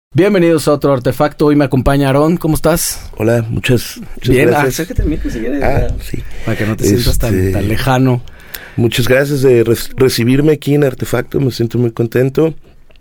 Bienvenidos a otro artefacto. Hoy me acompaña Aarón. ¿Cómo estás? Hola, muchas Bien, gracias. Acércate al micro si quieres. Sí. Para que no te sientas tan lejano. Muchas gracias de recibirme aquí en Artefacto. Me siento muy contento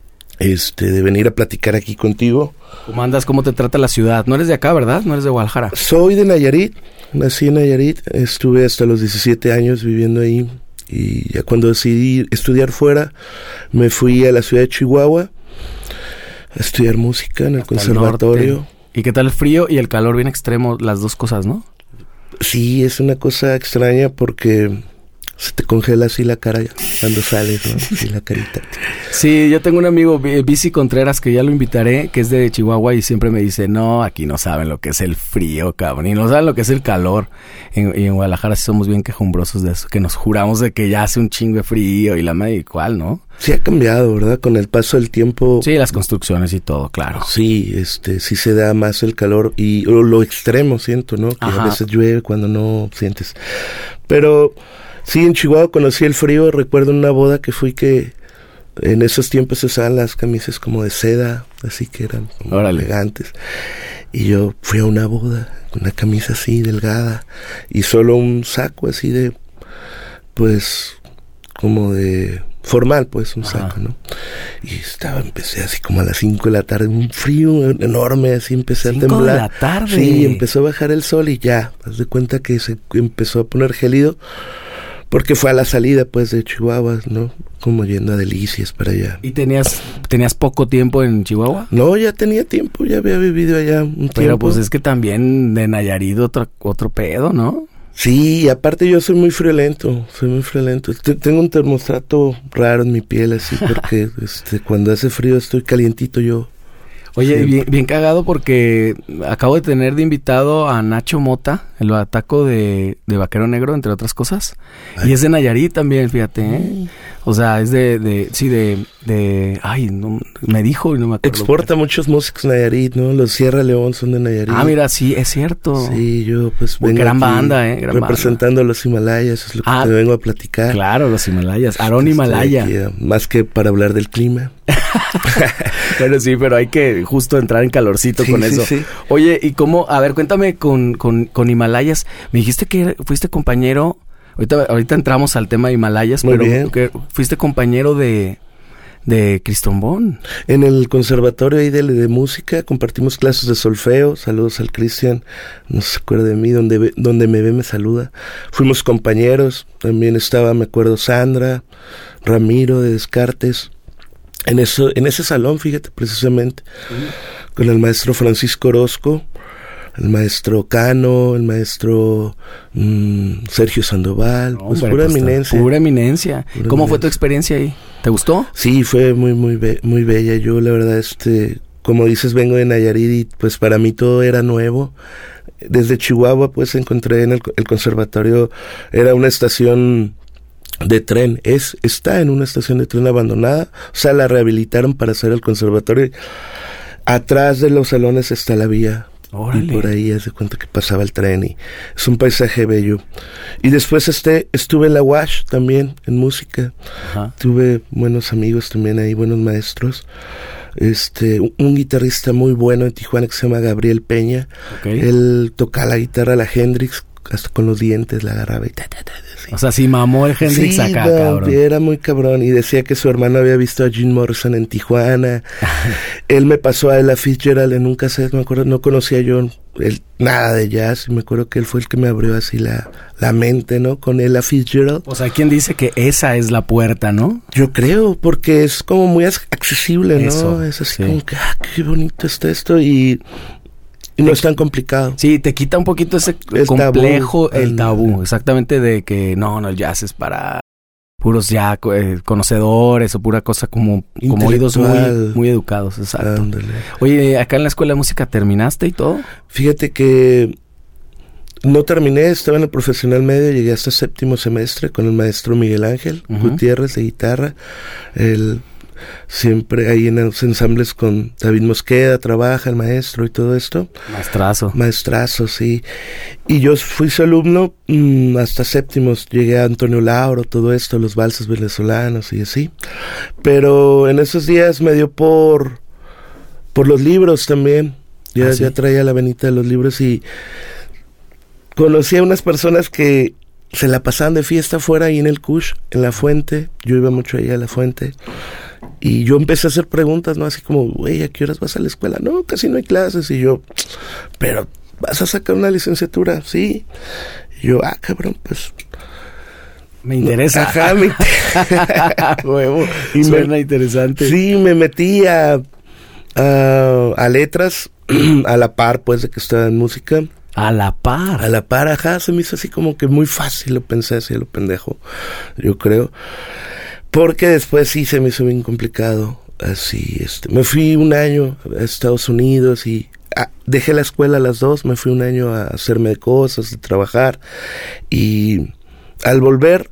de venir a platicar aquí contigo. ¿Cómo andas? ¿Cómo te trata la ciudad? No eres de acá, ¿verdad? No eres de Guadalajara. Soy de Nayarit. Nací en Nayarit. Estuve hasta los 17 años viviendo ahí. Y ya cuando decidí estudiar fuera, me fui a la ciudad de Chihuahua a estudiar música en el conservatorio. ¿Y qué tal el frío y el calor bien extremo? Las dos cosas, ¿no? Sí, es una cosa extraña porque se te congela así la cara cuando sales, ¿no? Así la carita. Sí, yo tengo un amigo, Bici Contreras, que ya lo invitaré, que es de Chihuahua y siempre me dice, no, aquí no saben lo que es el frío, cabrón, y no saben lo que es el calor. Y en Guadalajara sí somos bien quejumbrosos de eso, que nos juramos de que ya hace un chingo de frío y la madre y cuál, ¿no? Sí ha cambiado, ¿verdad? Con el paso del tiempo. Sí, las construcciones y todo, claro. Sí, sí se da más el calor y lo extremo, siento, ¿no? Que Ajá. a veces llueve cuando no sientes. Pero sí, en Chihuahua conocí el frío. Recuerdo una boda que fui que en esos tiempos se usaban las camisas como de seda, así que eran como elegantes. Y yo fui a una boda con una camisa así delgada y solo un saco así de, pues, como de formal, pues, un saco, ¿no? Y empecé así como a las 5 de la tarde, un frío enorme, así empecé a temblar. 5 de la tarde. Sí, empezó a bajar el sol y ya, haz de cuenta que se empezó a poner gélido, porque fue a la salida, pues, de Chihuahua, ¿no? Como yendo a Delicias para allá. ¿Y tenías poco tiempo en Chihuahua? No, ya tenía tiempo, ya había vivido allá un tiempo. Pero pues es que también de Nayarit otro pedo, ¿no? Sí, y aparte yo soy muy friolento. Tengo un termostato raro en mi piel, así, porque cuando hace frío estoy calientito yo. Oye, bien cagado porque acabo de tener de invitado a Nacho Mota, el bataco de Vaquero Negro, entre otras cosas. Ay. Y es de Nayarit también, fíjate, ¿eh? O sea, es ay, no, me dijo y no me acuerdo. Exporta muchos músicos Nayarit, ¿no? Los Sierra León son de Nayarit. Ah, mira, sí, es cierto. Sí, yo pues vengo gran banda, gran representando a los Himalayas, es lo que te vengo a platicar. Claro, los Himalayas, Aarón Himalaya. Aquí, más que para hablar del clima. Bueno, sí, pero hay que justo entrar en calorcito con eso. Sí. Oye, ¿y cómo? A ver, cuéntame con Himalayas. Me dijiste que fuiste compañero. Ahorita entramos al tema de Himalayas, muy pero bien. Que fuiste compañero de Cristombón. En el conservatorio ahí de música compartimos clases de solfeo. Saludos al Cristian, no se acuerda de mí, donde me ve me saluda. Fuimos compañeros, también estaba, me acuerdo, Sandra, Ramiro de Descartes. En ese salón, fíjate, precisamente, con el maestro Francisco Orozco, el maestro Cano, el maestro Sergio Sandoval, pues pura eminencia. Pura eminencia. ¿Cómo fue tu experiencia ahí? ¿Te gustó? Sí, fue muy bella. Yo, la verdad, como dices, vengo de Nayarit y pues para mí todo era nuevo. Desde Chihuahua, pues encontré en el conservatorio, era una estación de tren, está en una estación de tren abandonada, o sea, la rehabilitaron para hacer el conservatorio. Atrás de los salones está la vía. Órale. Y por ahí hace cuenta que pasaba el tren y es un paisaje bello. Y después estuve en la UASH también, en música. Ajá. Tuve buenos amigos también ahí, buenos maestros. Un guitarrista muy bueno en Tijuana que se llama Gabriel Peña. Okay. Él tocaba la guitarra, la Hendrix, hasta con los dientes la agarraba y o sea, sí mamó el Hendrix sí, acá, cabrón. Era muy cabrón y decía que su hermano había visto a Jim Morrison en Tijuana. Él me pasó a Ella Fitzgerald en un cassette, me acuerdo, no conocía yo nada de jazz y me acuerdo que él fue el que me abrió así la mente, ¿no? Con Ella Fitzgerald. O sea, ¿quién dice que esa es la puerta, no? Yo creo, porque es como muy accesible, ¿no? Eso, es así como que, qué bonito está esto y no es tan complicado. Sí, te quita un poquito ese complejo, el tabú, exactamente, de que no, el jazz es para puros ya conocedores o pura cosa como oídos muy educados, exacto. Ándale. Oye, acá en la escuela de música, ¿terminaste y todo? Fíjate que no terminé, estaba en el profesional medio, llegué hasta 7º semestre con el maestro Miguel Ángel Gutiérrez de guitarra, siempre ahí en los ensambles con David Mosqueda, trabaja el maestro y todo esto. Maestrazo, sí. Y yo fui su alumno hasta 7º, llegué a Antonio Lauro, todo esto, los valses venezolanos y así. Pero en esos días me dio por Por los libros también. Ya traía la venita de los libros y conocí a unas personas que se la pasaban de fiesta afuera ahí en el Kush, en la fuente. Yo iba mucho ahí a la fuente. Y yo empecé a hacer preguntas, ¿no? Así como, güey, ¿a qué horas vas a la escuela? No, casi no hay clases. Y yo, pero ¿vas a sacar una licenciatura? Sí. Y yo, cabrón, pues... Me interesa. Ajá, Huevo. Y suena interesante. Sí, me metí a letras, a la par, pues, de que estaba en música. A la par. A la par, ajá, se me hizo así como que muy fácil, lo pensé así, lo pendejo, yo creo. Porque después sí se me hizo bien complicado, así, me fui un año a Estados Unidos y dejé la escuela a las 2, me fui un año a hacerme cosas, a trabajar, y al volver,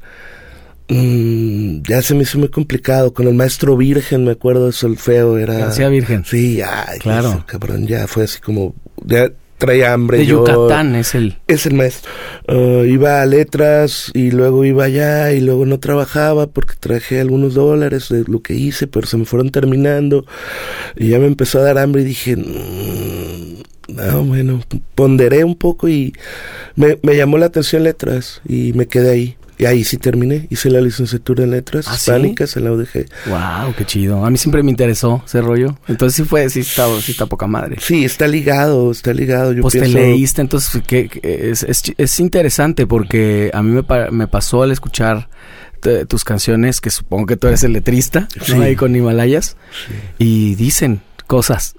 ya se me hizo muy complicado, con el maestro Virgen, me acuerdo de solfeo, era... García Virgen. Sí, claro. Ese cabrón, ya fue así como, ya traía hambre. De Yucatán es el maestro. Iba a letras y luego iba allá y luego no trabajaba porque traje algunos dólares de lo que hice, pero se me fueron terminando y ya me empezó a dar hambre y dije, no, bueno, ponderé un poco y me llamó la atención letras y me quedé ahí. Y ahí sí terminé, hice la licenciatura en letras hispánicas en la UDG. Wow, qué chido. A mí siempre me interesó ese rollo. Entonces sí está poca madre. Sí, está ligado. Yo pues pienso... te leíste, entonces que es interesante porque a mí me pasó al escuchar tus canciones, que supongo que tú eres el letrista, ¿no? Sí. Ahí con Himalayas, sí. Y dicen cosas.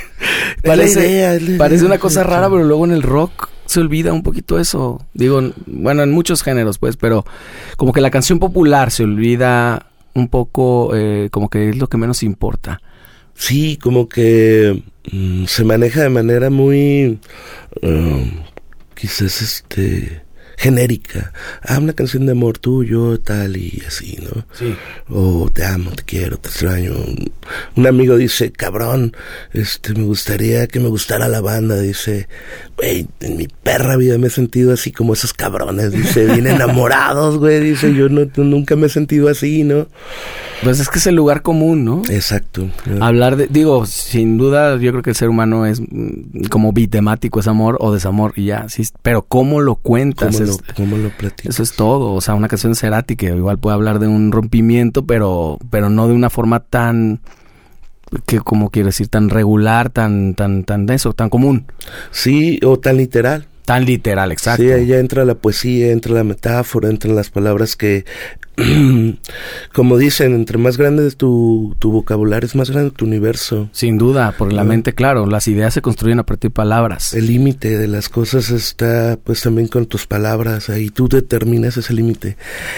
Parece una cosa rara, pero luego en el rock se olvida un poquito eso. Digo, bueno, en muchos géneros, pues, pero como que la canción popular se olvida un poco, como que es lo que menos importa. Sí, como que se maneja de manera muy, quizás genérica. Una canción de amor tuyo, tal y así, ¿no? Sí. O te amo, te quiero, te extraño. Un amigo dice, cabrón, me gustaría que me gustara la banda. Dice, güey, en mi perra vida me he sentido así como esos cabrones. Dice, bien enamorados, güey. Dice, yo nunca me he sentido así, ¿no? Pues es que es el lugar común, ¿no? Exacto. Hablar digo, sin duda, yo creo que el ser humano es como bitemático, es amor o desamor y ya, sí, pero ¿cómo lo cuentas? ¿Cómo lo platicas? Eso es todo, o sea, una canción de Cerati que igual puede hablar de un rompimiento, pero no de una forma tan, que como quiero decir, tan regular, tan eso, tan común. Sí, o tan literal. Tan literal, exacto. Sí, ahí ya entra la poesía, entra la metáfora, entran las palabras que, como dicen, entre más grande es tu vocabulario, es más grande tu universo. Sin duda, por la mente, claro, las ideas se construyen a partir de palabras. El límite de las cosas está, pues, también con tus palabras, ahí tú determinas ese límite.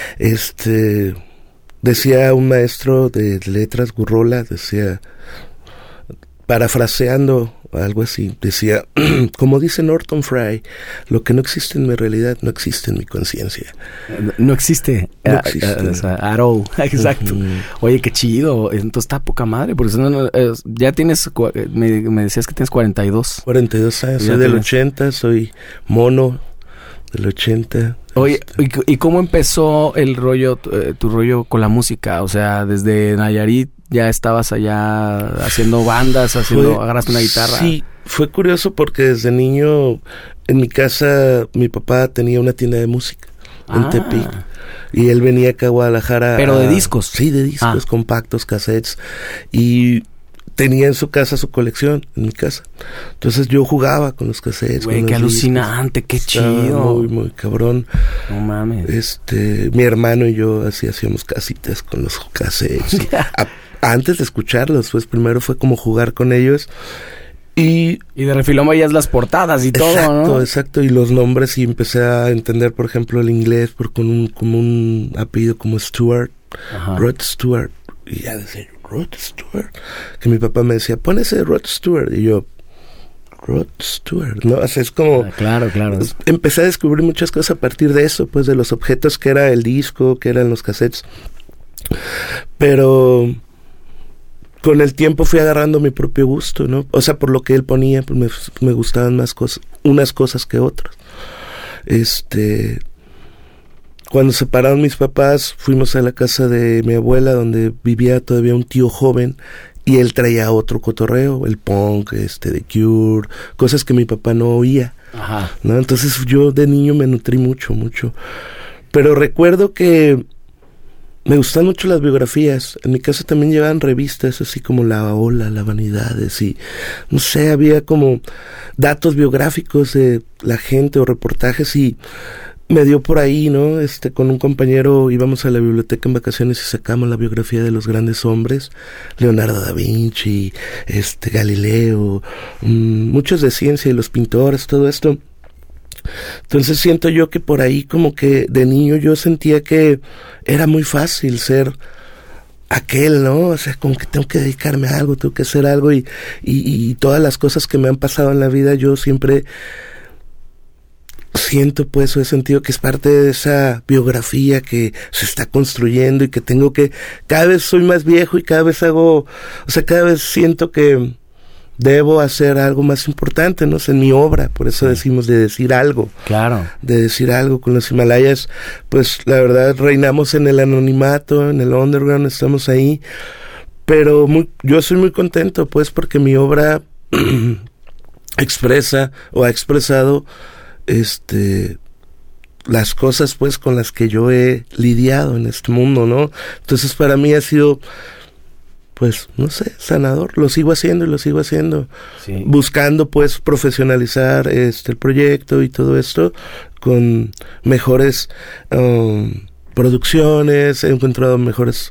Decía un maestro de letras, Gurrola, decía, parafraseando algo así, decía, como dice Norton Fry, lo que no existe en mi realidad no existe en mi conciencia. No existe. No existe. At all. Exacto. Oye, qué chido. Entonces está poca madre, porque ya tienes, me decías que tienes 42. 42 años, soy del 80, soy mono del 80. Oye, ¿y cómo empezó el rollo, tu rollo con la música? O sea, desde Nayarit ya estabas allá haciendo bandas, agarraste una guitarra. Sí, fue curioso porque desde niño en mi casa mi papá tenía una tienda de música en Tepic y él venía acá a Guadalajara. ¿Pero de discos? Sí, de discos, compactos, cassettes, y tenía en su casa su colección, en mi casa. Entonces yo jugaba con los cassettes. Güey, qué alucinante, qué chido. Muy, muy cabrón. No mames. Mi hermano y yo así hacíamos casitas con los cassettes. Antes de escucharlos, pues primero fue como jugar con ellos. Y de refilón veías las portadas y todo, ¿no? Exacto, y los nombres, y empecé a entender, por ejemplo, el inglés, como un apellido como Stewart, Rod Stewart, y ya decía, Rod Stewart, que mi papá me decía, pon ese Rod Stewart, y yo, Rod Stewart, ¿no? O sea, es como... Claro. Empecé a descubrir muchas cosas a partir de eso, pues, de los objetos que era el disco, que eran los cassettes, pero... Con el tiempo fui agarrando mi propio gusto, ¿no? O sea, por lo que él ponía, pues me gustaban más unas cosas que otras. Cuando se separaron mis papás, fuimos a la casa de mi abuela, donde vivía todavía un tío joven y él traía otro cotorreo, el punk, The Cure, cosas que mi papá no oía. Ajá. ¿No? Entonces yo de niño me nutrí mucho. Pero recuerdo que me gustan mucho las biografías. En mi casa también llevaban revistas, así como La Ola, La Vanidades, y no sé, había como datos biográficos de la gente o reportajes, y me dio por ahí, ¿no? Con un compañero íbamos a la biblioteca en vacaciones y sacamos la biografía de los grandes hombres, Leonardo da Vinci, Galileo, muchos de ciencia y los pintores, todo esto. Entonces siento yo que por ahí como que de niño yo sentía que era muy fácil ser aquel, ¿no? O sea, como que tengo que dedicarme a algo, tengo que hacer algo, y todas las cosas que me han pasado en la vida yo siempre siento, pues, o he sentido que es parte de esa biografía que se está construyendo, y que tengo que, cada vez soy más viejo y cada vez cada vez siento que debo hacer algo más importante, ¿no? En mi obra, por eso decimos de decir algo. Claro. De decir algo. Con los Himalayas, pues la verdad reinamos en el anonimato, en el underground, estamos ahí, pero yo soy muy contento, pues, porque mi obra expresa o ha expresado las cosas, pues, con las que yo he lidiado en este mundo, ¿no? Entonces para mí ha sido, pues, no sé, sanador. Lo sigo haciendo. Sí. Buscando, pues, profesionalizar el proyecto y todo esto con mejores producciones. He encontrado mejores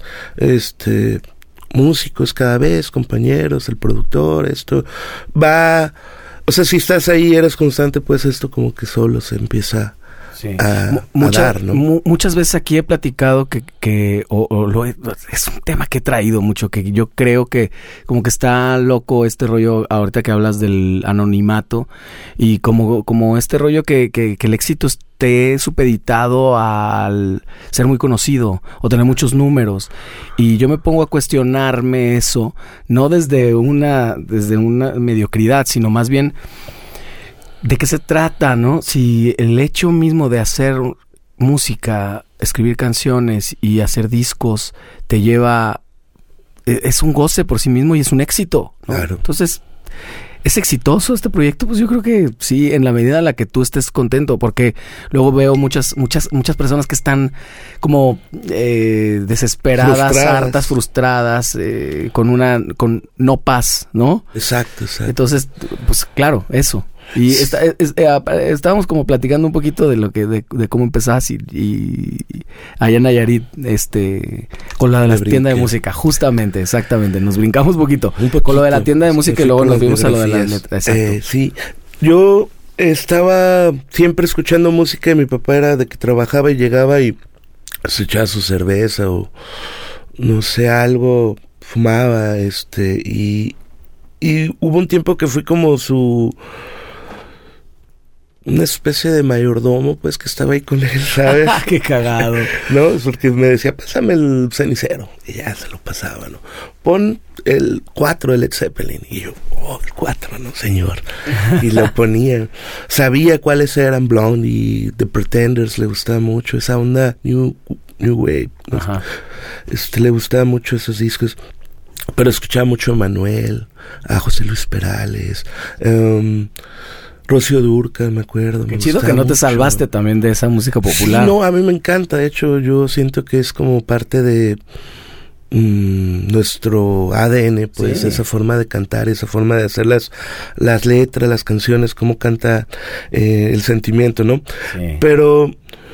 músicos cada vez, compañeros, el productor, esto va. O sea, si estás ahí, eres constante, pues esto como que solo se empieza a dar, ¿no? Muchas veces aquí he platicado que es un tema que he traído mucho, que yo creo que como que está loco este rollo, ahorita que hablas del anonimato, y como este rollo que el éxito esté supeditado al ser muy conocido o tener muchos números, y yo me pongo a cuestionarme eso, no desde una mediocridad, sino más bien ¿de qué se trata, no? Si el hecho mismo de hacer música, escribir canciones y hacer discos te lleva, es un goce por sí mismo y es un éxito, ¿no? Claro. Entonces, ¿es exitoso este proyecto? Pues yo creo que sí, en la medida en la que tú estés contento, porque luego veo muchas personas que están como desesperadas, hartas, frustradas, con no paz, ¿no? Exacto. Entonces, pues claro, eso. Y estábamos como platicando un poquito de lo que de cómo empezás y allá en Nayarit, con la de la tienda de música, justamente, exactamente, nos brincamos un poquito con lo de la tienda de música y luego nos vimos a lo de la neta. Exacto. Sí, yo estaba siempre escuchando música, y mi papá era de que trabajaba y llegaba y se echaba su cerveza o no sé, algo, fumaba, y hubo un tiempo que fui como una especie de mayordomo, pues, que estaba ahí con él, ¿sabes? ¡Qué cagado! No, porque me decía, pásame el cenicero, y ya se lo pasaba, ¿no? Pon el 4 de Led Zeppelin, y yo, el 4, ¿no, señor? Y lo ponía. Sabía cuáles eran, Blonde y The Pretenders, le gustaba mucho esa onda New Wave, ¿no? Ajá. Le gustaba mucho esos discos, pero escuchaba mucho a Manuel, a José Luis Perales, Rocío Dúrcal, me acuerdo. Qué chido que no te salvaste también de esa música popular. Sí, no, a mí me encanta. De hecho, yo siento que es como parte de nuestro ADN, pues, sí. Esa forma de cantar, esa forma de hacer las letras, las canciones, cómo canta el sentimiento, ¿no? Sí. Pero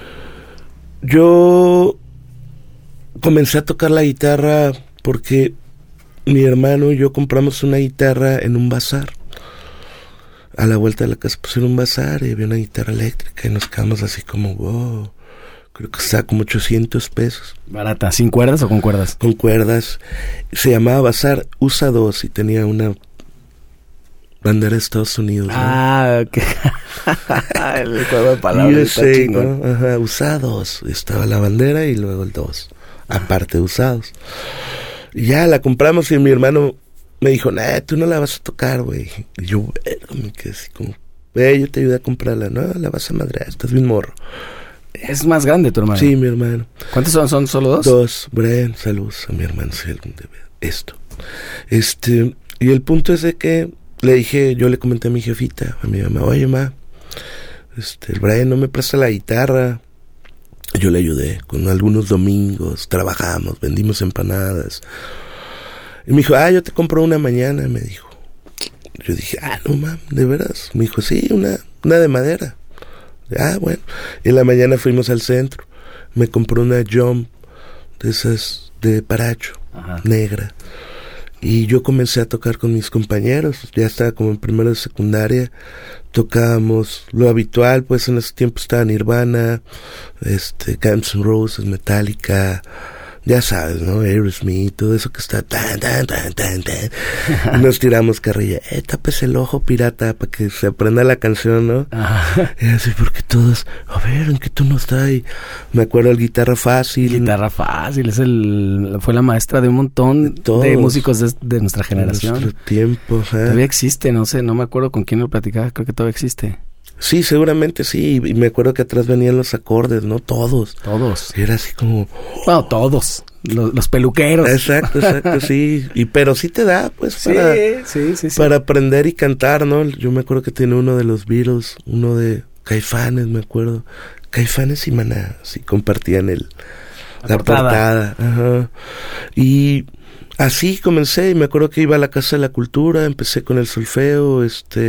yo comencé a tocar la guitarra porque mi hermano y yo compramos una guitarra en un bazar. A la vuelta de la casa pusieron un bazar y había una guitarra eléctrica y nos quedamos así como, wow, creo que estaba como 800 pesos. ¿Barata? ¿Sin cuerdas o con cuerdas? Con cuerdas. Se llamaba Bazar USA 2 y tenía una bandera de Estados Unidos, ¿no? Ah, ok. El juego de palabras está chingón, ¿no? Ajá, USA 2. Estaba la bandera y luego el 2. Aparte de usados. Y ya la compramos y mi hermano me dijo, tú no la vas a tocar, güey. Y yo, me quedé así como, yo te ayudé a comprarla. No, la vas a madrear, estás bien morro. ¿Es más grande tu hermano? Sí, mi hermano. ¿Cuántos son? ¿Solo dos? 2. Brian, saludos a mi hermano si algún día ve esto. Y el punto es de que yo le comenté a mi jefita, a mi mamá, oye, ma, el Brian no me presta la guitarra. Yo le ayudé con algunos domingos, trabajamos, vendimos empanadas. Y me dijo, yo te compro una mañana, me dijo. Yo dije, no, mam, ¿de veras? Me dijo, sí, una de madera. Bueno. Y en la mañana fuimos al centro. Me compró una Jump de esas de paracho, negra. Y yo comencé a tocar con mis compañeros. Ya estaba como en primero de secundaria. Tocábamos lo habitual, pues en ese tiempo estaba Nirvana, Guns N' Roses, Metallica, ya sabes, ¿no? Aerosmith, todo eso que está tan. Y nos tiramos carrilla, tápese el ojo, pirata, para que se aprenda la canción, ¿no? Y así, porque todos, a ver, ¿en qué tono está? Y me acuerdo el Guitarra Fácil. Guitarra Fácil, fue la maestra de un montón de músicos de nuestra generación. De nuestro tiempo, Todavía existe, no sé, no me acuerdo con quién lo platicaba, creo que todavía existe. Sí, seguramente sí, y me acuerdo que atrás venían los acordes, ¿no? Todos. Y era así como... Bueno, todos, los peluqueros. Exacto, sí, pero sí te da, pues, sí. Para aprender y cantar, ¿no? Yo me acuerdo que tiene uno de los Beatles, uno de Caifanes, me acuerdo. Caifanes y Maná, sí, compartían la portada. Ajá. Y... así comencé, y me acuerdo que iba a la Casa de la Cultura, empecé con el solfeo,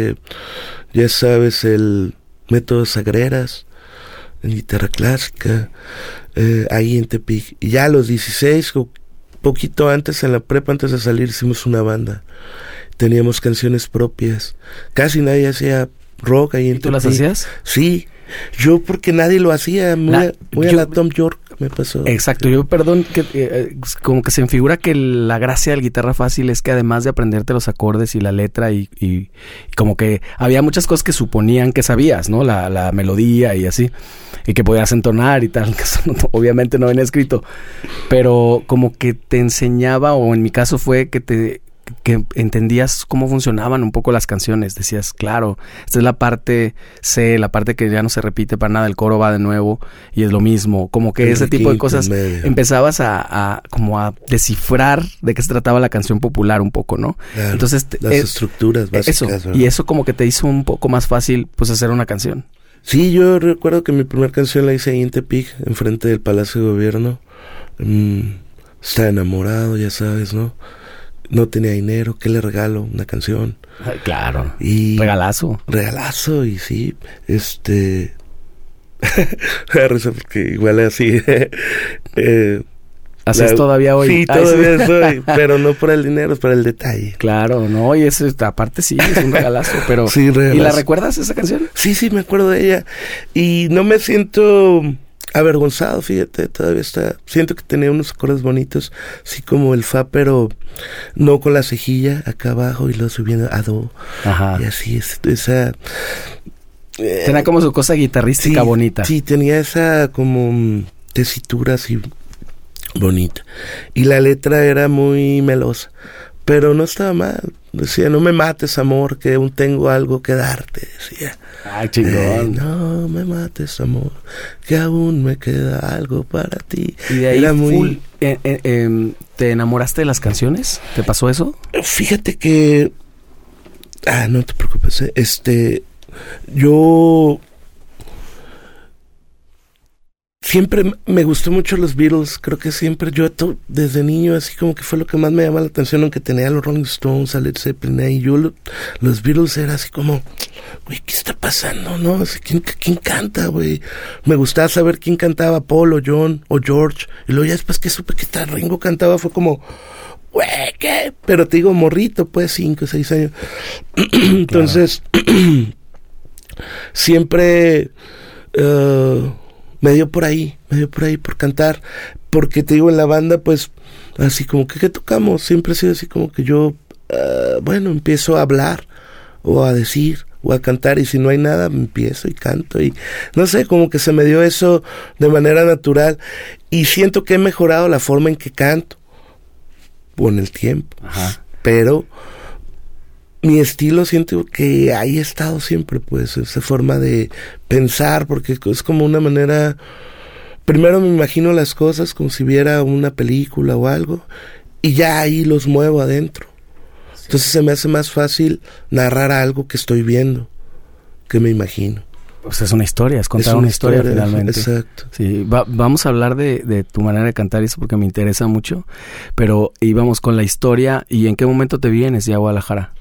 ya sabes, el método Sagreras, en guitarra clásica, ahí en Tepic. Y ya a los 16, poquito antes, en la prepa, antes de salir, hicimos una banda. Teníamos canciones propias. Casi nadie hacía rock ahí en Tepic. ¿Tú las hacías? Sí. Yo porque nadie lo hacía, muy a la Tom York me pasó. Exacto, que como que se me figura que la gracia del Guitarra Fácil es que además de aprenderte los acordes y la letra y como que había muchas cosas que suponían que sabías, ¿no? La melodía y así, y que podías entonar y tal, que eso obviamente no venía escrito, pero como que te enseñaba, o en mi caso fue que entendías cómo funcionaban un poco las canciones. Decías, claro, esta es la parte C, la parte que ya no se repite para nada, el coro va de nuevo y es lo mismo, como que ese tipo de cosas empezabas a como a descifrar de qué se trataba la canción popular un poco, ¿no? Claro, entonces las estructuras básicas, y eso como que te hizo un poco más fácil pues hacer una canción. Sí, yo recuerdo que mi primera canción la hice ahí en Tepic, enfrente del Palacio de Gobierno. Estaba enamorado, ya sabes, ¿no? No tenía dinero, ¿qué le regalo? Una canción. Claro. Y regalazo, y sí, me risa porque igual así. Así es todavía hoy. Sí, todavía soy, pero no por el dinero, es por el detalle. Claro, no, y eso, aparte sí, es un regalazo, pero... Sí, regalazo. ¿Y la recuerdas esa canción? Sí, me acuerdo de ella. Y no me siento avergonzado, fíjate, todavía siento que tenía unos acordes bonitos, así como el fa, pero no con la cejilla acá abajo y luego subiendo a do. Ajá. Y así, esa... tenía como su cosa guitarrística bonita. Sí, tenía esa como tesitura así bonita. Y la letra era muy melosa, pero no estaba mal. Decía, no me mates, amor, que aún tengo algo que darte, decía. Ay, chingón. No me mates, amor, que aún me queda algo para ti. Y de ahí era muy... ¿te enamoraste de las canciones? ¿Te pasó eso? Fíjate que... no te preocupes, yo... siempre me gustó mucho los Beatles, creo que siempre desde niño así como que fue lo que más me llamaba la atención, aunque tenía a los Rolling Stones, a Led Zeppelin, y los Beatles era así como, güey, ¿qué está pasando? ¿No? ¿Quién canta, güey? Me gustaba saber quién cantaba, Paul o John o George, y luego ya después que supe que Ringo cantaba fue como, güey, ¿qué? Pero te digo, morrito, pues 5 o 6 años. Entonces, siempre... me dio por ahí por cantar, porque te digo, en la banda pues así como que ¿qué tocamos? Siempre ha sido así como que yo empiezo a hablar o a decir o a cantar, y si no hay nada empiezo y canto, y no sé, como que se me dio eso de manera natural, y siento que he mejorado la forma en que canto con el tiempo. Ajá. Pero mi estilo siento que ahí ha estado siempre, pues, esa forma de pensar, porque es como una manera... Primero me imagino las cosas como si viera una película o algo, y ya ahí los muevo adentro. Sí. Entonces se me hace más fácil narrar algo que estoy viendo, que me imagino. Pues es una historia, es contar una historia finalmente. Exacto. Sí, vamos a hablar de tu manera de cantar eso porque me interesa mucho, pero íbamos con la historia. ¿Y en qué momento te vienes ya a Guadalajara?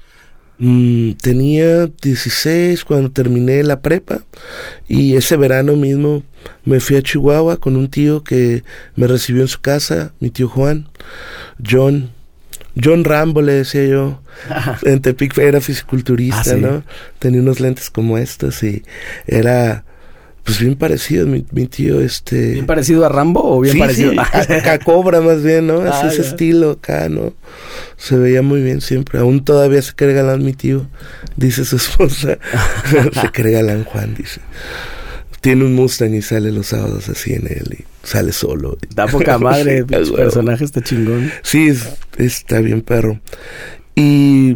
Tenía 16 cuando terminé la prepa y ese verano mismo me fui a Chihuahua con un tío que me recibió en su casa, mi tío Juan, John Rambo le decía yo. En Tepic era fisiculturista, ¿sí? ¿No? Tenía unos lentes como estos y era pues bien parecido mi tío. ¿Bien parecido a Rambo o bien parecido? Sí, a Cobra más bien, ¿no? Así ese estilo acá, ¿no? Se veía muy bien siempre. Aún todavía se cree galán mi tío, dice su esposa. Se cree galán Juan, dice. Tiene un Mustang y sale los sábados así en él y sale solo. Da poca madre, el personaje está chingón. Sí, está bien perro. Y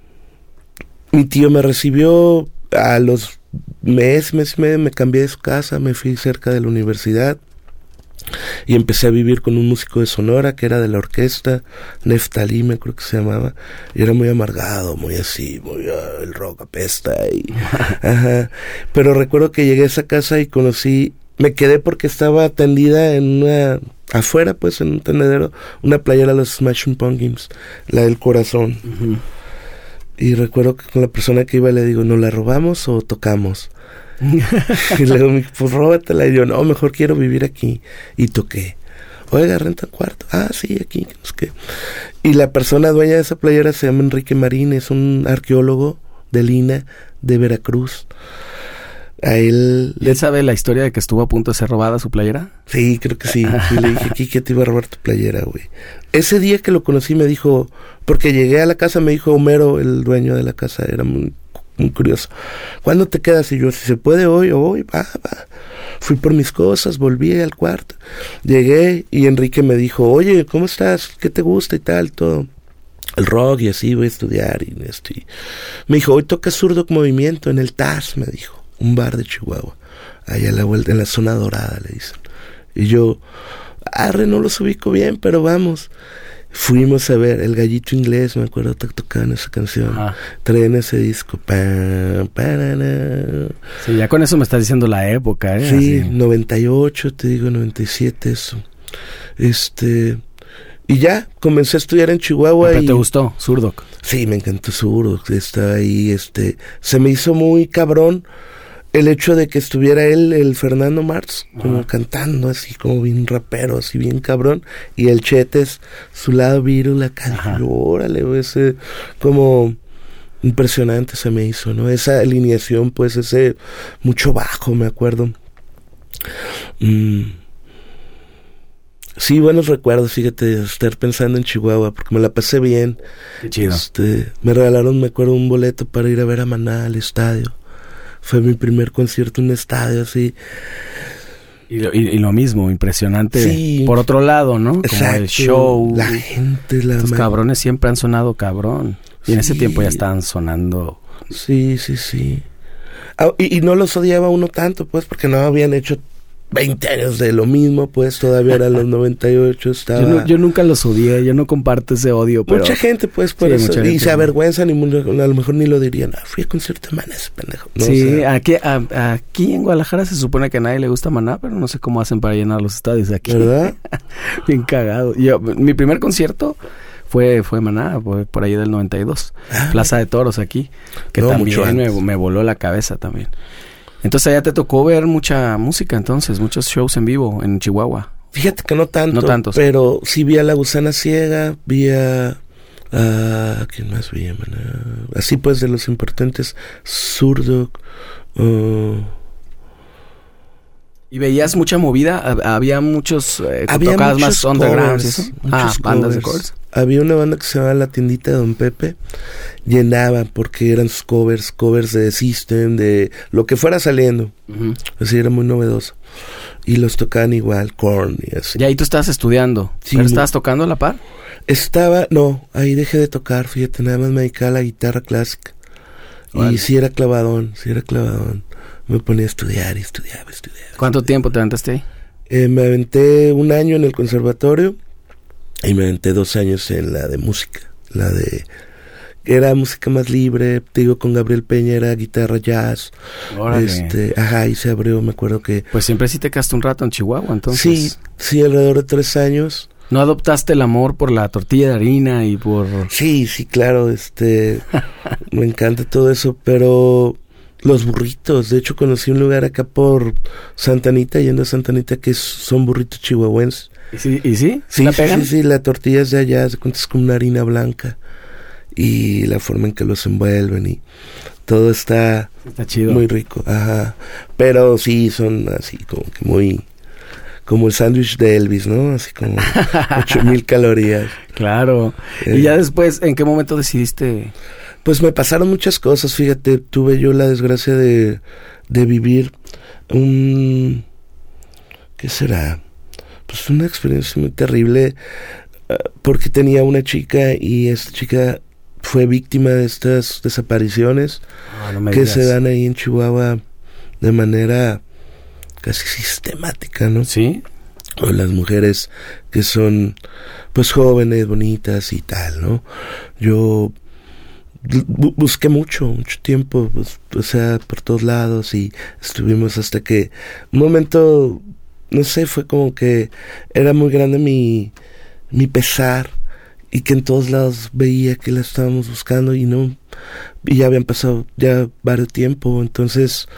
mi tío me recibió a los mes y medio, me cambié de su casa, me fui cerca de la universidad y empecé a vivir con un músico de Sonora que era de la orquesta, Neftalí me creo que se llamaba, y era muy amargado, muy así, muy el rock apesta y ajá. Pero recuerdo que llegué a esa casa y me quedé porque estaba tendida en afuera pues en un tendedero, una playera de los Smashing Pumpkins, la del corazón. Uh-huh. Y recuerdo que con la persona que iba le digo, ¿nos la robamos o tocamos? Y luego me dijo, pues róbatela. Y yo, no, mejor quiero vivir aquí. Y toqué. Oiga, renta un cuarto. Ah, sí, aquí. No sé qué. Y la persona dueña de esa playera se llama Enrique Marín, es un arqueólogo de Lina, de Veracruz. A él... ¿Él sabe la historia de que estuvo a punto de ser robada su playera? Sí, creo que sí. Y le dije, Kike, te iba a robar tu playera, güey. Ese día que lo conocí me dijo... Porque llegué a la casa, me dijo Homero, el dueño de la casa, era muy curioso. ¿Cuándo te quedas? Y yo, si se puede hoy, va. Fui por mis cosas, volví al cuarto. Llegué y Enrique me dijo, oye, ¿cómo estás? ¿Qué te gusta y tal? Todo. El rock y así, voy a estudiar y esto. Y me dijo, hoy toca Zurdo Movimiento en el Taz, me dijo. Un bar de Chihuahua. Allá a la vuelta, en la zona dorada, le dicen. Y yo, no los ubico bien, pero vamos. Fuimos a ver El Gallito Inglés, me acuerdo que tocaban esa canción. Ajá. Traen ese disco. Sí, ya con eso me estás diciendo la época, ¿eh? Sí, así. 98, te digo, 97, eso. Y ya, comencé a estudiar en Chihuahua. ¿Pero te gustó, Zurdok? Sí, me encantó Zurdok. Estaba ahí, se me hizo muy cabrón el hecho de que estuviera él, el Fernando Martz, como cantando así, como bien rapero, así bien cabrón, y el Chetes, su lado virul acá, órale, ese, como impresionante se me hizo, ¿no? Esa alineación, pues, ese mucho bajo, me acuerdo. Sí, buenos recuerdos, fíjate, de estar pensando en Chihuahua, porque me la pasé bien. Qué chido. Me regalaron, me acuerdo, un boleto para ir a ver a Maná al estadio. Fue mi primer concierto en un estadio, así. Y lo mismo, impresionante. Sí. Por otro lado, ¿no? Como exacto, el show. La gente, Los cabrones siempre han sonado cabrón. Y en ese tiempo ya estaban sonando. Sí. Y no los odiaba uno tanto, pues, porque no habían hecho 20 años de lo mismo, pues todavía eran los 98, estaba... Yo nunca los odié, yo no comparto ese odio, pero... Mucha gente, pues, por eso, y se avergüenzan y a lo mejor ni lo dirían. Fui a concierto de Maná, ese pendejo. No, sí, o sea, aquí en Guadalajara se supone que a nadie le gusta Maná, pero no sé cómo hacen para llenar los estadios de aquí. ¿Verdad? Bien cagado. Mi primer concierto fue Maná, por ahí del 92. Plaza de Toros aquí, que también me voló la cabeza también. Entonces allá te tocó ver mucha música, entonces, muchos shows en vivo en Chihuahua. Fíjate que no tantos. Pero sí vi a La Gusana Ciega, vi a... ¿quién más vi? Así pues, de los importantes, Zurdok. ¿Y veías mucha movida? ¿Había muchos... tocabas más underground y eso? Bandas de covers. Había una banda que se llamaba La Tiendita de Don Pepe. Llenaba porque eran sus covers de System, de lo que fuera saliendo. Uh-huh. Así era muy novedoso. Y los tocaban igual, Korn y así. ¿Y ahí tú estabas estudiando? Sí, ¿Pero estabas tocando a la par? Ahí dejé de tocar, fíjate, nada más me dedicaba a la guitarra clásica. Vale. Y sí era clavadón. Me ponía a estudiar y estudiaba. ¿Cuánto tiempo te aventaste ahí? Me aventé un año en el conservatorio Y me aventé 2 años en la de música. Era música más libre, te digo, con Gabriel Peña era guitarra jazz. Órale. Y se abrió, me acuerdo que... Pues siempre sí te quedaste un rato en Chihuahua, entonces. Sí, alrededor de 3 años. ¿No adoptaste el amor por la tortilla de harina y por...? Sí, claro, me encanta todo eso, pero los burritos, de hecho conocí un lugar acá por Santa Anita, yendo a Santa Anita, que son burritos chihuahuenses. ¿Y sí? ¿Sí la pegan? Sí, la tortilla es de allá, se cuenta, es como una harina blanca. Y la forma en que los envuelven y todo está chido. Muy rico, ajá. Pero sí, son así como que muy... Como el sándwich de Elvis, ¿no? Así como 8,000 calorías. Claro. Y ya después, ¿en qué momento decidiste...? Pues me pasaron muchas cosas, fíjate. Tuve yo la desgracia de vivir ¿qué será? Pues una experiencia muy terrible, porque tenía una chica y esta chica fue víctima de estas desapariciones que se dan ahí en Chihuahua de manera casi sistemática, ¿no? Sí. O las mujeres que son pues jóvenes, bonitas y tal, ¿no? Yo busqué mucho tiempo, pues, o sea, por todos lados, y estuvimos hasta que un momento, no sé, fue como que era muy grande mi pesar, y que en todos lados veía que la estábamos buscando y ya habían pasado ya varios tiempo. Entonces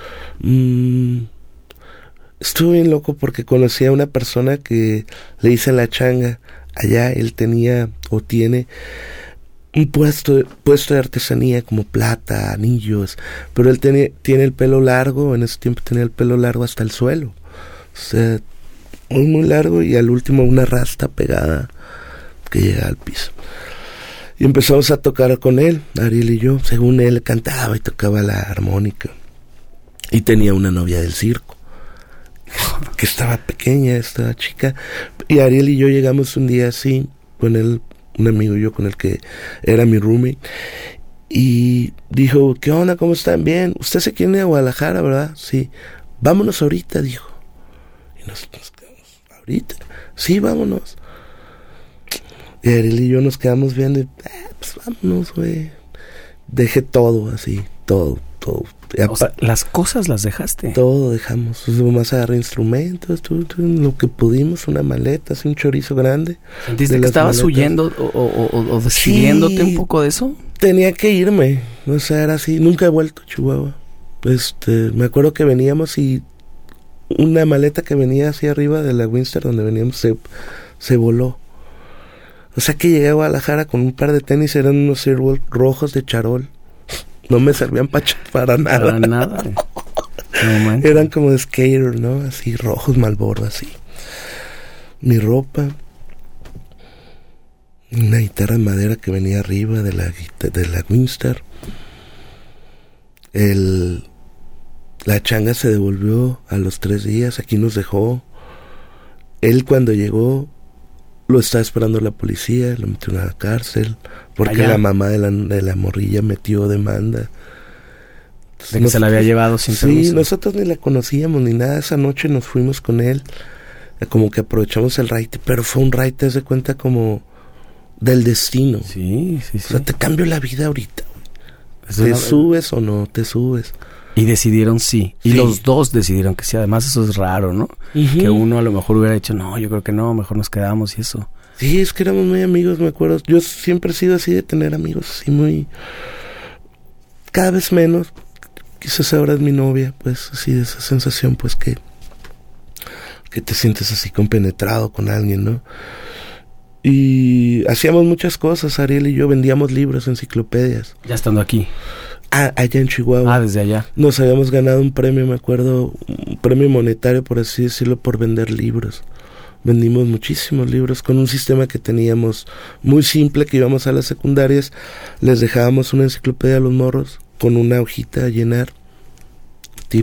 estuve bien loco porque conocí a una persona que le hice la changa. Allá él tenía o tiene un puesto de artesanía como plata, anillos, pero él tiene el pelo largo. En ese tiempo tenía el pelo largo hasta el suelo, o sea, muy largo, y al último una rasta pegada que llega al piso. Y empezamos a tocar con él, Ariel y yo. Según él cantaba y tocaba la armónica, y tenía una novia del circo que estaba pequeña, estaba chica. Y Ariel y yo llegamos un día así con él, un amigo y yo, con el que era mi roomie, y dijo: ¿qué onda? ¿Cómo están? Bien. Usted se quiere ir a Guadalajara, ¿verdad? Sí. Vámonos ahorita, dijo. Y nosotros quedamos: ¿ahorita? Sí, vámonos. Y Ariel y yo nos quedamos viendo y pues vámonos, güey. Dejé todo así, todo. O sea, las cosas las dejaste. Todo dejamos. Más agarré instrumentos, lo que pudimos, una maleta, así un chorizo grande. ¿Sentiste que estabas huyendo o decidiéndote un poco de eso? Tenía que irme, o sea, era así. Nunca he vuelto a Chihuahua. Me acuerdo que veníamos y una maleta que venía así arriba de la Winster donde veníamos se voló. O sea que llegué a Guadalajara con un par de tenis, eran unos Airwalk rojos de charol. No me servían para nada. Para nada. No, eran como de skater, ¿no? Así rojos, Marlboro, así. Mi ropa, una guitarra de madera que venía arriba de la Winster. La changa se devolvió a los 3 días, aquí nos dejó. Él, cuando llegó, lo estaba esperando la policía, lo metió en la cárcel, porque la mamá de la morrilla metió demanda. Entonces, de que se la había llevado sin permiso. Sí, nosotros ni la conocíamos ni nada. Esa noche nos fuimos con él, como que aprovechamos el raite, pero fue un raite, haz de cuenta, como del destino. Sí. O sea, te cambio la vida ahorita. ¿Te subes o no te subes? Y decidieron sí. Y los dos decidieron que sí. Además, eso es raro, ¿no? Uh-huh. Que uno a lo mejor hubiera dicho, no, yo creo que no, mejor nos quedamos y eso. Sí, es que éramos muy amigos, me acuerdo. Yo siempre he sido así de tener amigos, así muy... Cada vez menos. Quizás ahora es mi novia, pues, así de esa sensación, pues, que te sientes así compenetrado con alguien, ¿no? Y hacíamos muchas cosas, Ariel y yo. Vendíamos libros, enciclopedias. Ya estando aquí. Allá en Chihuahua. Desde allá. Nos habíamos ganado un premio, me acuerdo, un premio monetario, por así decirlo, por vender libros. Vendimos muchísimos libros con un sistema que teníamos muy simple, que íbamos a las secundarias, les dejábamos una enciclopedia a los morros con una hojita a llenar, tip,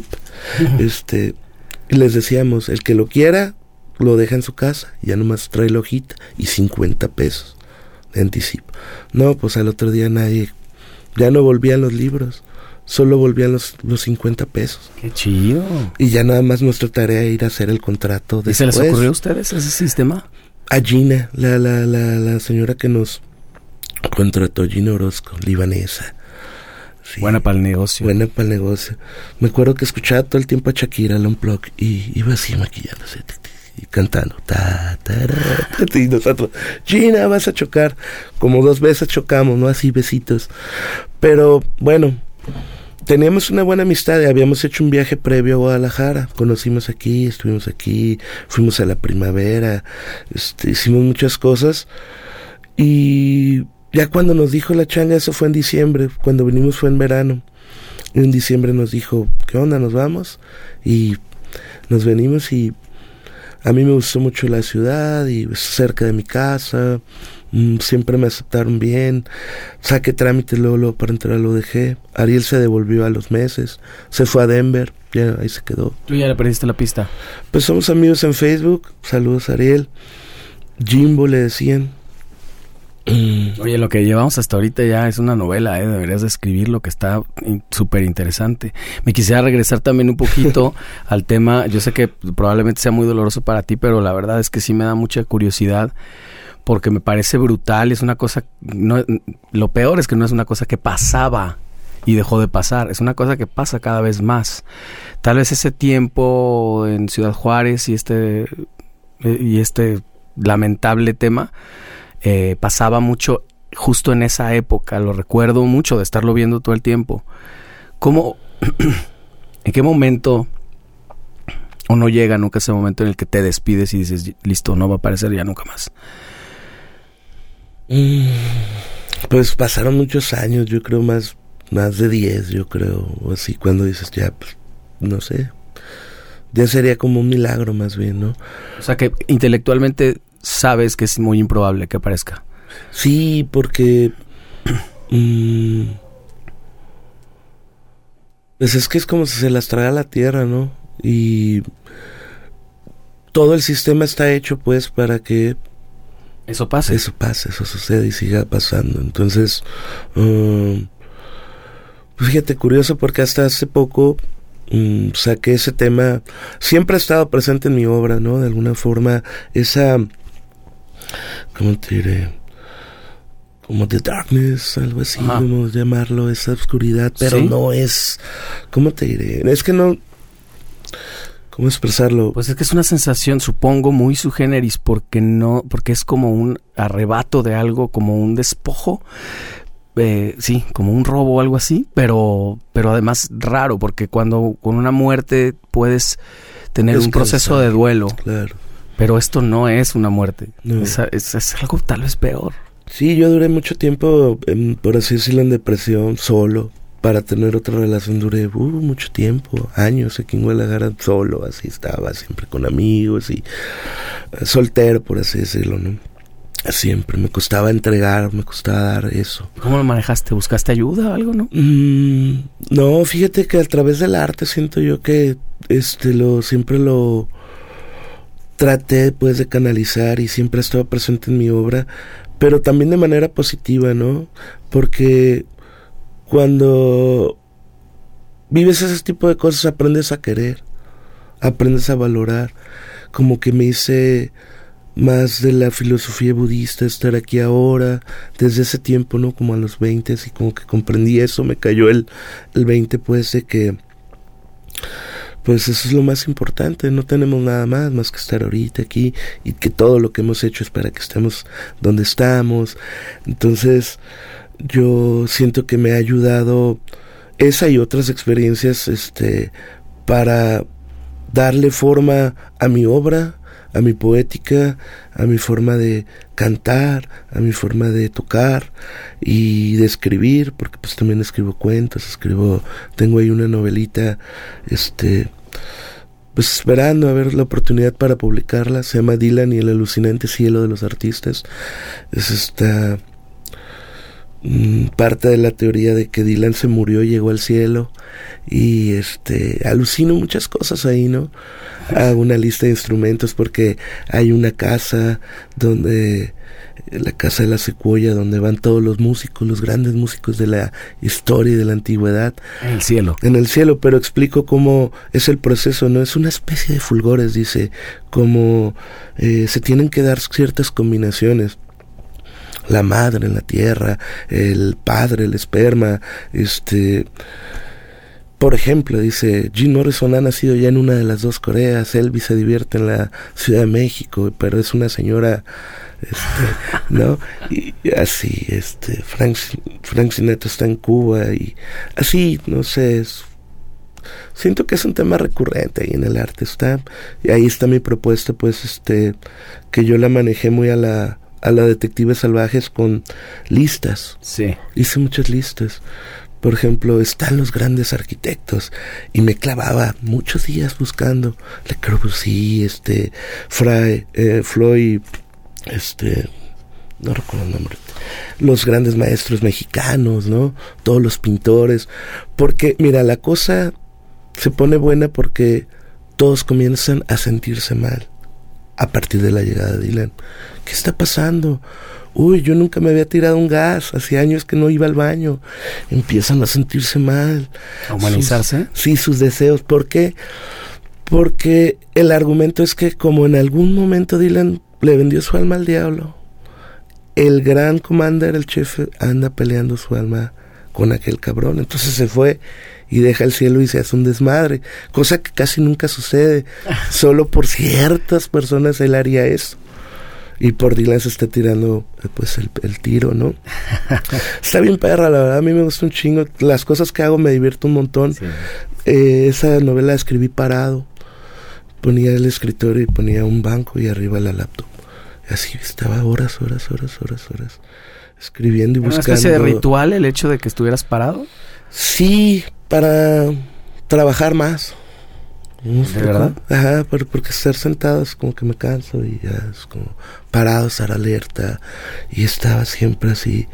y les decíamos: el que lo quiera, lo deja en su casa, ya nomás trae la hojita y 50 pesos de anticipo. No, pues al otro día ya no volvían los libros, solo volvían los 50 pesos. ¡Qué chido! Y ya nada más nuestra tarea era ir a hacer el contrato después. ¿Y se les ocurrió a ustedes ese sistema? a Gina, la señora que nos contrató, Gina Orozco, libanesa. Sí, buena para el negocio. Buena para el negocio. Me acuerdo que escuchaba todo el tiempo a Shakira, al Unplug, y iba así maquillándose y cantando. Y nosotros, Gina, vas a chocar. Como 2 veces chocamos, ¿no? Así, besitos. Pero, bueno, teníamos una buena amistad. Habíamos hecho un viaje previo a Guadalajara. Conocimos aquí, estuvimos aquí, fuimos a la primavera, hicimos muchas cosas. Y ya cuando nos dijo la changa, eso fue en diciembre. Cuando venimos fue en verano. Y en diciembre nos dijo, ¿qué onda? ¿Nos vamos? Y nos venimos, y a mí me gustó mucho la ciudad y cerca de mi casa. Siempre me aceptaron bien. Saqué trámites luego para entrar, lo dejé. Ariel se devolvió a los meses. Se fue a Denver. Ya ahí se quedó. ¿Tú ya le perdiste la pista? Pues somos amigos en Facebook. Saludos a Ariel. Jimbo le decían. Oye, lo que llevamos hasta ahorita ya es una novela, deberías de escribirlo, que está súper interesante. Me quisiera regresar también un poquito al tema. Yo sé que probablemente sea muy doloroso para ti, pero la verdad es que sí me da mucha curiosidad, porque me parece brutal. Es una cosa, no, lo peor es que no es una cosa que pasaba y dejó de pasar, es una cosa que pasa cada vez más. Tal vez ese tiempo en Ciudad Juárez y este lamentable tema pasaba mucho justo en esa época. Lo recuerdo mucho de estarlo viendo todo el tiempo. ¿Cómo, en qué momento, o no llega nunca ese momento en el que te despides y dices, listo, no va a aparecer ya nunca más? Pues pasaron muchos años, yo creo más de 10, yo creo, o así, cuando dices ya, pues, no sé, ya sería como un milagro más bien, ¿no? O sea que intelectualmente sabes que es muy improbable que aparezca. Sí, porque pues es que es como si se las traga la tierra, ¿no? Y todo el sistema está hecho pues para que eso pase. Eso sucede y siga pasando. Entonces, pues fíjate, curioso, porque hasta hace poco saqué ese tema. Siempre ha estado presente en mi obra, ¿no? De alguna forma, esa, ¿cómo te diré? Como the darkness, algo así, podemos llamarlo, esa oscuridad, pero ¿sí? No es, ¿cómo te diré? Es que no, ¿cómo expresarlo? Pues es que es una sensación, supongo, muy sui generis, porque es como un arrebato de algo, como un despojo, sí, como un robo o algo así, pero además raro, porque cuando con una muerte puedes tener un proceso de duelo, claro. Pero esto no es una muerte, no. Es algo tal vez peor. Sí, yo duré mucho tiempo, por así decirlo, en depresión, solo. Para tener otra relación duré mucho tiempo, años aquí en Guadalajara, solo, así estaba, siempre con amigos y soltero, por así decirlo, ¿no? Siempre me costaba entregar, me costaba dar eso. ¿Cómo lo manejaste? ¿Buscaste ayuda o algo, no? No, fíjate que a través del arte siento yo que siempre lo traté pues de canalizar y siempre ha estado presente en mi obra, pero también de manera positiva, ¿no? Porque cuando vives ese tipo de cosas aprendes a querer, aprendes a valorar. Como que me hice más de la filosofía budista, estar aquí ahora, desde ese tiempo, ¿no? Como a los 20, y como que comprendí eso, me cayó el 20 pues de que pues eso es lo más importante, no tenemos nada más que estar ahorita aquí, y que todo lo que hemos hecho es para que estemos donde estamos. Entonces yo siento que me ha ayudado esa y otras experiencias para darle forma a mi obra, a mi poética, a mi forma de cantar, a mi forma de tocar y de escribir, porque pues también escribo cuentos, tengo ahí una novelita, pues esperando a ver la oportunidad para publicarla. Se llama Dylan y el alucinante cielo de los artistas. Es parte de la teoría de que Dylan se murió y llegó al cielo, y alucino muchas cosas ahí, ¿no? Hago una lista de instrumentos porque hay una casa la casa de la Secuoya, donde van todos los músicos, los grandes músicos de la historia y de la antigüedad. En el cielo, pero explico cómo es el proceso, ¿no? Es una especie de fulgores, dice, como se tienen que dar ciertas combinaciones. La madre en la tierra, el padre, el esperma, por ejemplo, dice, Jim Morrison ha nacido ya en una de las dos Coreas, Elvis se divierte en la Ciudad de México, pero es una señora, ¿no? Y así, Frank Sinatra está en Cuba, y así, no sé, siento que es un tema recurrente ahí en el arte, y ahí está mi propuesta, pues, que yo la manejé muy a la Detectives Salvajes con listas. Sí. Hice muchas listas. Por ejemplo, están los grandes arquitectos, y me clavaba muchos días buscando Le Corbusier, Floyd, no recuerdo el nombre, los grandes maestros mexicanos, ¿no? Todos los pintores, porque mira, la cosa se pone buena porque todos comienzan a sentirse mal a partir de la llegada de Dylan. ¿Qué está pasando? Uy, yo nunca me había tirado un gas, hace años que no iba al baño. Empiezan a sentirse mal. ¿A humanizarse? Sus deseos. ¿Por qué? Porque el argumento es que como en algún momento Dylan le vendió su alma al diablo, el gran commander, el chef, anda peleando su alma con aquel cabrón. Entonces se fue y deja el cielo y se hace un desmadre, cosa que casi nunca sucede. Solo por ciertas personas él haría eso, y por Dylan se está tirando pues el tiro, ¿no? Está bien perra, la verdad, a mí me gusta un chingo. Las cosas que hago me divierto un montón. Sí. Esa novela la escribí parado, ponía el escritorio y ponía un banco y arriba la laptop, así estaba horas escribiendo y buscando. ¿Una especie de ritual el hecho de que estuvieras parado? Sí, para trabajar más. ¿De verdad? Ajá, porque estar sentado es como que me canso, y ya es como parado, estar alerta, y estaba siempre así.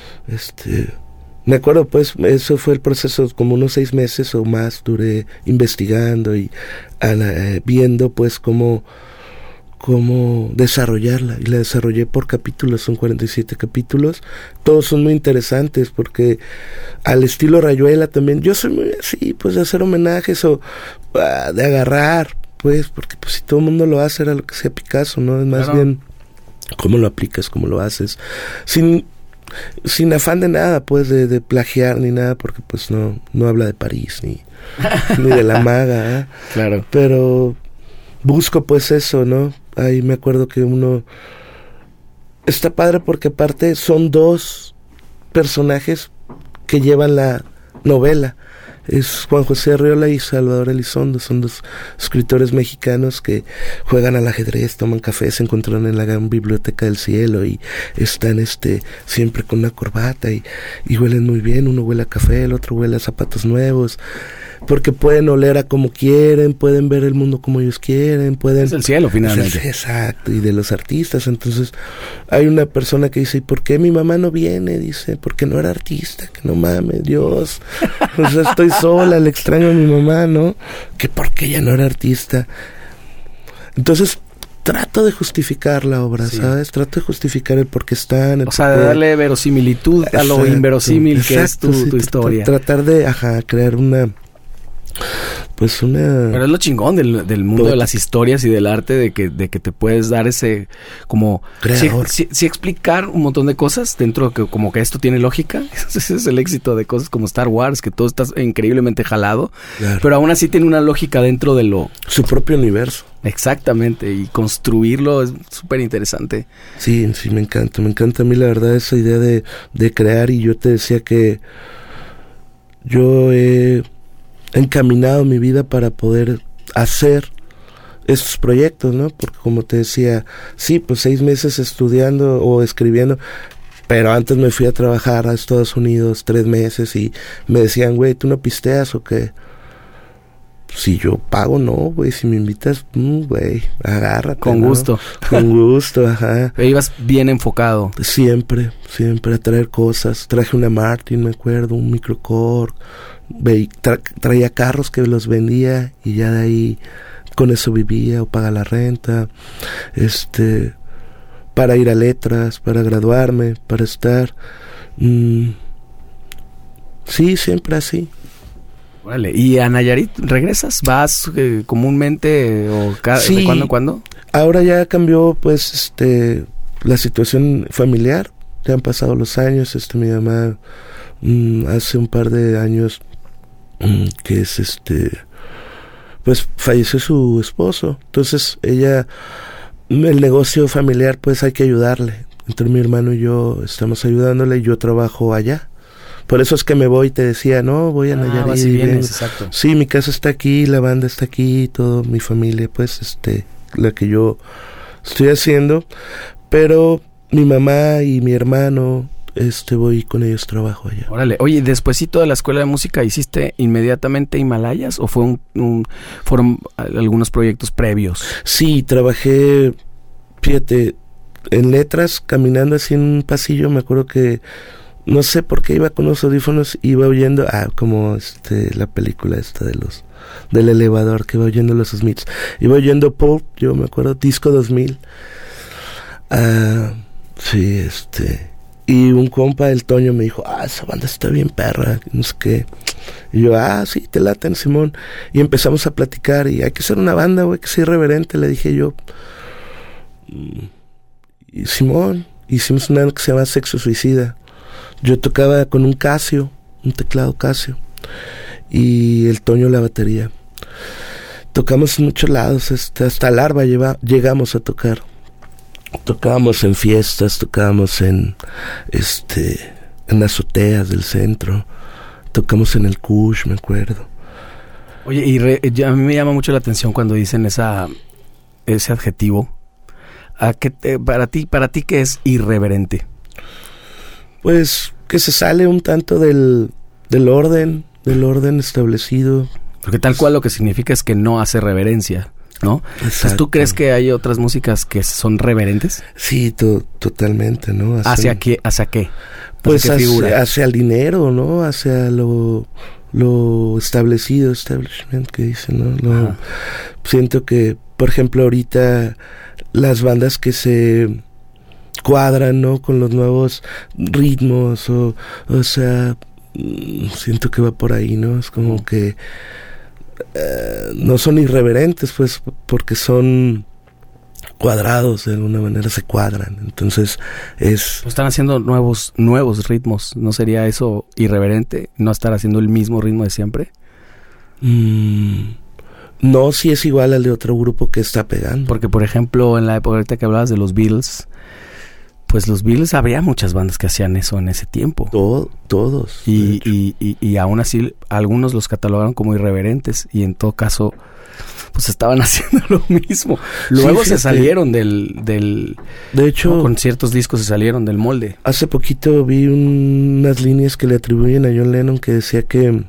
Me acuerdo, pues, eso fue el proceso, como unos 6 meses o más duré investigando y viendo, pues, cómo desarrollarla, y la desarrollé por capítulos. Son 47 capítulos, todos son muy interesantes porque al estilo Rayuela también, yo soy muy así, pues, de hacer homenajes o de agarrar, pues, porque pues si todo el mundo lo hace era lo que sea Picasso, ¿no? Es más bien cómo lo aplicas, cómo lo haces, sin afán de nada, pues, de plagiar ni nada, porque pues no habla de París ni de la maga, ¿eh? Claro. Pero busco pues eso, ¿no? Ahí me acuerdo que uno está padre porque aparte son 2 personajes que llevan la novela. Es Juan José Arriola y Salvador Elizondo. Son 2 escritores mexicanos que juegan al ajedrez, toman café, se encuentran en la gran biblioteca del cielo y están siempre con una corbata y huelen muy bien. Uno huele a café, el otro huele a zapatos nuevos, porque pueden oler a como quieren, pueden ver el mundo como ellos quieren, pueden... Es el cielo, finalmente. Exacto, y de los artistas. Entonces hay una persona que dice, ¿y por qué mi mamá no viene? Dice, porque no era artista, que no mames, Dios. O sea, estoy sola, le extraño a mi mamá, ¿no? Que porque ella no era artista. Entonces trato de justificar la obra, sí, ¿sabes? Trato de justificar el por qué están. O sea, de darle verosimilitud a lo inverosímil que es tu historia. Tratar de, crear una... Pero es lo chingón del mundo de las historias y del arte, de que te puedes dar ese como creador. Sí, explicar un montón de cosas dentro de que como que esto tiene lógica. Ese es el éxito de cosas como Star Wars, que todo está increíblemente jalado, claro, pero aún así tiene una lógica dentro de su propio universo. Exactamente, y construirlo es súper interesante. Sí, me encanta a mí la verdad esa idea de crear. Y yo te decía que yo he encaminado mi vida para poder hacer estos proyectos, ¿no? Porque como te decía, sí, pues 6 meses estudiando o escribiendo, pero antes me fui a trabajar a Estados Unidos 3 meses y me decían, güey, ¿tú no pisteas o qué? si yo pago, no, güey, si me invitas, güey, agárrate. Con gusto. Con gusto, ajá. Pero ibas bien enfocado. Siempre a traer cosas. Traje una Martin, me acuerdo, un Microcore. Traía carros que los vendía y ya de ahí con eso vivía o paga la renta. Para ir a letras, para graduarme, para estar. Sí, siempre así. Vale. ¿Y a Nayarit regresas? ¿Vas comúnmente o sí, de cuándo en cuándo? Ahora ya cambió, pues, la situación familiar. Ya han pasado los años. Mi mamá hace un par de años que es pues falleció su esposo. Entonces ella, el negocio familiar, pues hay que ayudarle. Entre mi hermano y yo estamos ayudándole y yo trabajo allá. Por eso es que me voy, te decía, no, voy a Nayarit. Vas y vienes, exacto. Sí, mi casa está aquí, la banda está aquí, todo, mi familia, pues, la que yo estoy haciendo. Pero mi mamá y mi hermano, voy con ellos, trabajo allá. Órale. Oye, despuesito de la escuela de música, ¿hiciste inmediatamente Himalayas o fueron algunos proyectos previos? Sí, trabajé, fíjate, en letras, caminando así en un pasillo, me acuerdo que no sé por qué iba con los audífonos, iba oyendo, como la película del elevador, que iba oyendo los Smiths. Iba oyendo Pulp, yo me acuerdo, disco 2000. Sí, y un compa, el Toño, me dijo, esa banda está bien perra, no sé qué. Y yo, sí, te laten, Simón. Y empezamos a platicar, y hay que ser una banda, güey, que sea irreverente, le dije yo. Y Simón, hicimos una que se llama Sexo Suicida. Yo tocaba con un Casio, un teclado Casio, y el Toño la batería. Tocamos en muchos lados, hasta Larva llegamos a tocar. Tocábamos en fiestas, tocábamos en azoteas del centro, tocamos en el Kush, me acuerdo. Oye, y a mí me llama mucho la atención cuando dicen ese adjetivo. Para ti, ¿qué es irreverente? Pues que se sale un tanto del orden establecido. Porque tal cual lo que significa es que no hace reverencia, ¿no? Entonces, ¿tú crees que hay otras músicas que son reverentes? Sí, totalmente, ¿no? ¿Hacia qué? Pues hacia el dinero, ¿no? Hacia lo establecido, establishment que dicen, ¿no? Siento que, por ejemplo, ahorita las bandas que se cuadran, ¿no? Con los nuevos ritmos, o sea, siento que va por ahí, ¿no? Es como que no son irreverentes, pues, porque son cuadrados, de alguna manera se cuadran. Entonces están haciendo nuevos ritmos. ¿No sería eso irreverente? ¿No estar haciendo el mismo ritmo de siempre? No, sí es igual al de otro grupo que está pegando. Porque, por ejemplo, en la época ahorita que hablabas de los Beatles, pues los Beatles, había muchas bandas que hacían eso en ese tiempo. Todos. Y aún así, algunos los catalogaron como irreverentes y en todo caso, pues estaban haciendo lo mismo. Luego se salieron del de hecho, ¿no? Con ciertos discos se salieron del molde. Hace poquito vi unas líneas que le atribuyen a John Lennon que decía que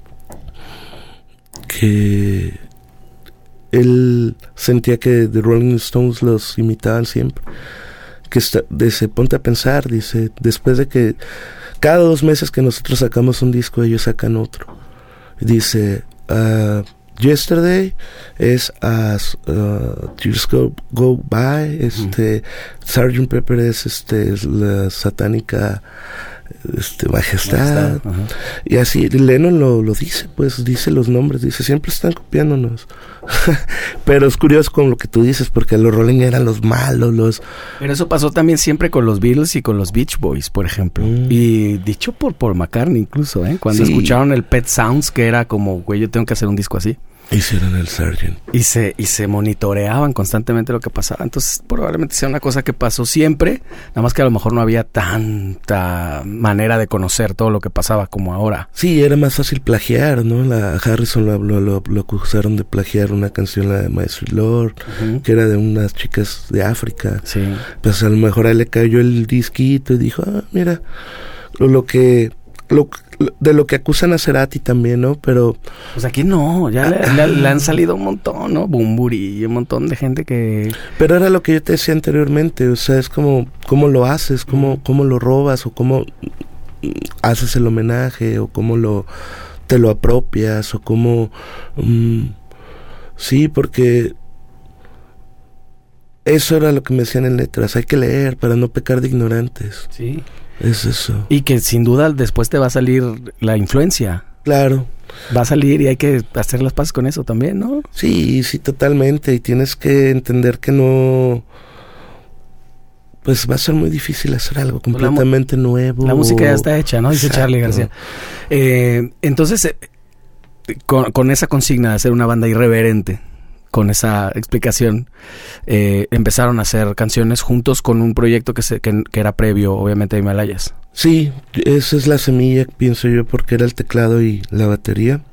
él sentía que The Rolling Stones los imitaban siempre. Dice, ponte a pensar, dice, después de que cada 2 meses que nosotros sacamos un disco, ellos sacan otro. Dice, Yesterday es As Years Go By, Sgt. Pepper es la satánica majestad. Y así Lennon lo dice, pues dice los nombres, dice, siempre están copiándonos. Pero es curioso con lo que tú dices, porque los Rolling eran los malos, Pero eso pasó también siempre con los Beatles y con los Beach Boys, por ejemplo. Y dicho por Paul McCartney incluso, cuando escucharon el Pet Sounds, que era como, güey, yo tengo que hacer un disco así. Hicieron el Sgt. Y se monitoreaban constantemente lo que pasaba. Entonces, probablemente sea una cosa que pasó siempre, nada más que a lo mejor no había tanta manera de conocer todo lo que pasaba como ahora. Sí, era más fácil plagiar, ¿no? La Harrison lo acusaron de plagiar una canción, la de My Sweet Lord, que era de unas chicas de África. Sí. Pues a lo mejor a él le cayó el disquito y dijo, mira, lo que de lo que acusan a Cerati también, ¿no? Pero... Pues aquí no, ya le han salido un montón, ¿no? Bumburi y un montón de gente que... Pero era lo que yo te decía anteriormente, o sea, es como cómo lo haces, cómo lo robas, o cómo haces el homenaje, o cómo te lo apropias, o cómo... sí, porque... Eso era lo que me decían en letras, hay que leer para no pecar de ignorantes. Sí. Es eso. Y que sin duda después te va a salir la influencia. Claro. Va a salir y hay que hacer las paces con eso también, ¿no? Sí, totalmente. Y tienes que entender que no... Pues va a ser muy difícil hacer algo completamente nuevo. La música ya está hecha, ¿no? Dice Exacto. Charly García. Entonces, con esa consigna de hacer una banda irreverente, con esa explicación, empezaron a hacer canciones juntos con un proyecto que era previo, obviamente, a Himalayas. Sí, esa es la semilla, pienso yo, porque era el teclado y la batería.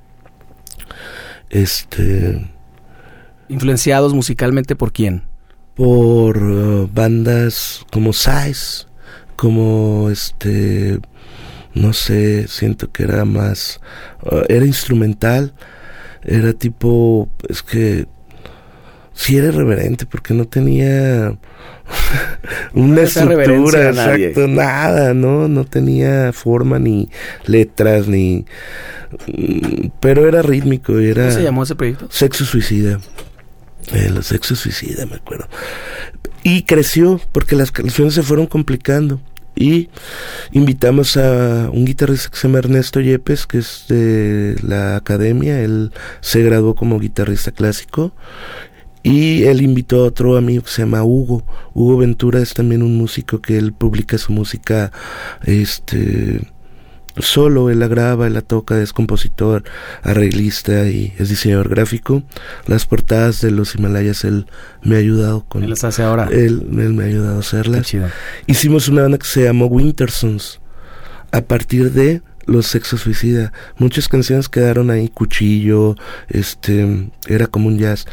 ¿Influenciados musicalmente por quién? Por bandas como Size, como no sé, siento que era más... era instrumental, era tipo... Es que... Sí era irreverente porque no tenía una estructura, exacto, nada, no tenía forma ni letras ni... Pero era rítmico y era... ¿Cómo se llamó ese proyecto? Sexo Suicida. Los Sexo Suicida, me acuerdo. Y creció porque las canciones se fueron complicando. Y invitamos a un guitarrista que se llama Ernesto Yepes, que es de la academia. Él se graduó como guitarrista clásico. Y él invitó a otro amigo que se llama Hugo. Hugo Ventura es también un músico que él publica su música solo, él la graba, él la toca, es compositor, arreglista y es diseñador gráfico. Las portadas de los Himalayas él me ha ayudado con... ¿Él las hace ahora? Él me ha ayudado a hacerlas. Qué chido. Hicimos una banda que se llamó Wintersons a partir de los Sexo Suicida. Muchas canciones quedaron ahí, Cuchillo, era como un jazz.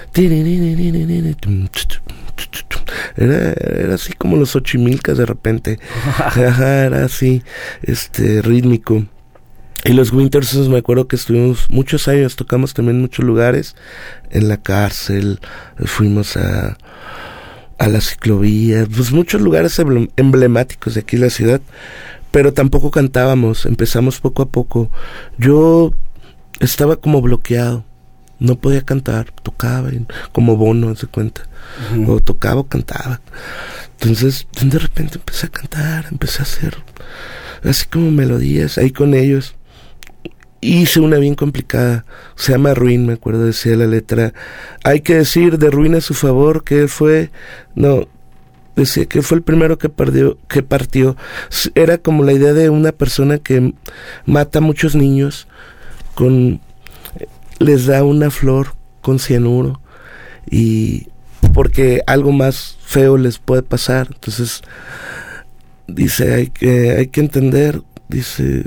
Era así como los Ochimilcas de repente. Ajá, era así, rítmico. Y los Wintersons, me acuerdo que estuvimos muchos años, tocamos también en muchos lugares, en la cárcel, fuimos a la ciclovía, pues muchos lugares emblemáticos de aquí en la ciudad, pero tampoco cantábamos, empezamos poco a poco. Yo estaba como bloqueado, no podía cantar, tocaba como Bono, se cuenta, o tocaba o cantaba. Entonces de repente empecé a cantar, empecé a hacer así como melodías ahí con ellos. Hice una bien complicada, se llama Ruin, me acuerdo, decía la letra, hay que decir de Ruin a su favor que él fue, decía que fue el primero que partió. Era como la idea de una persona que mata a muchos niños, les da una flor con cianuro, y porque algo más feo les puede pasar. Entonces dice, hay que entender, dice,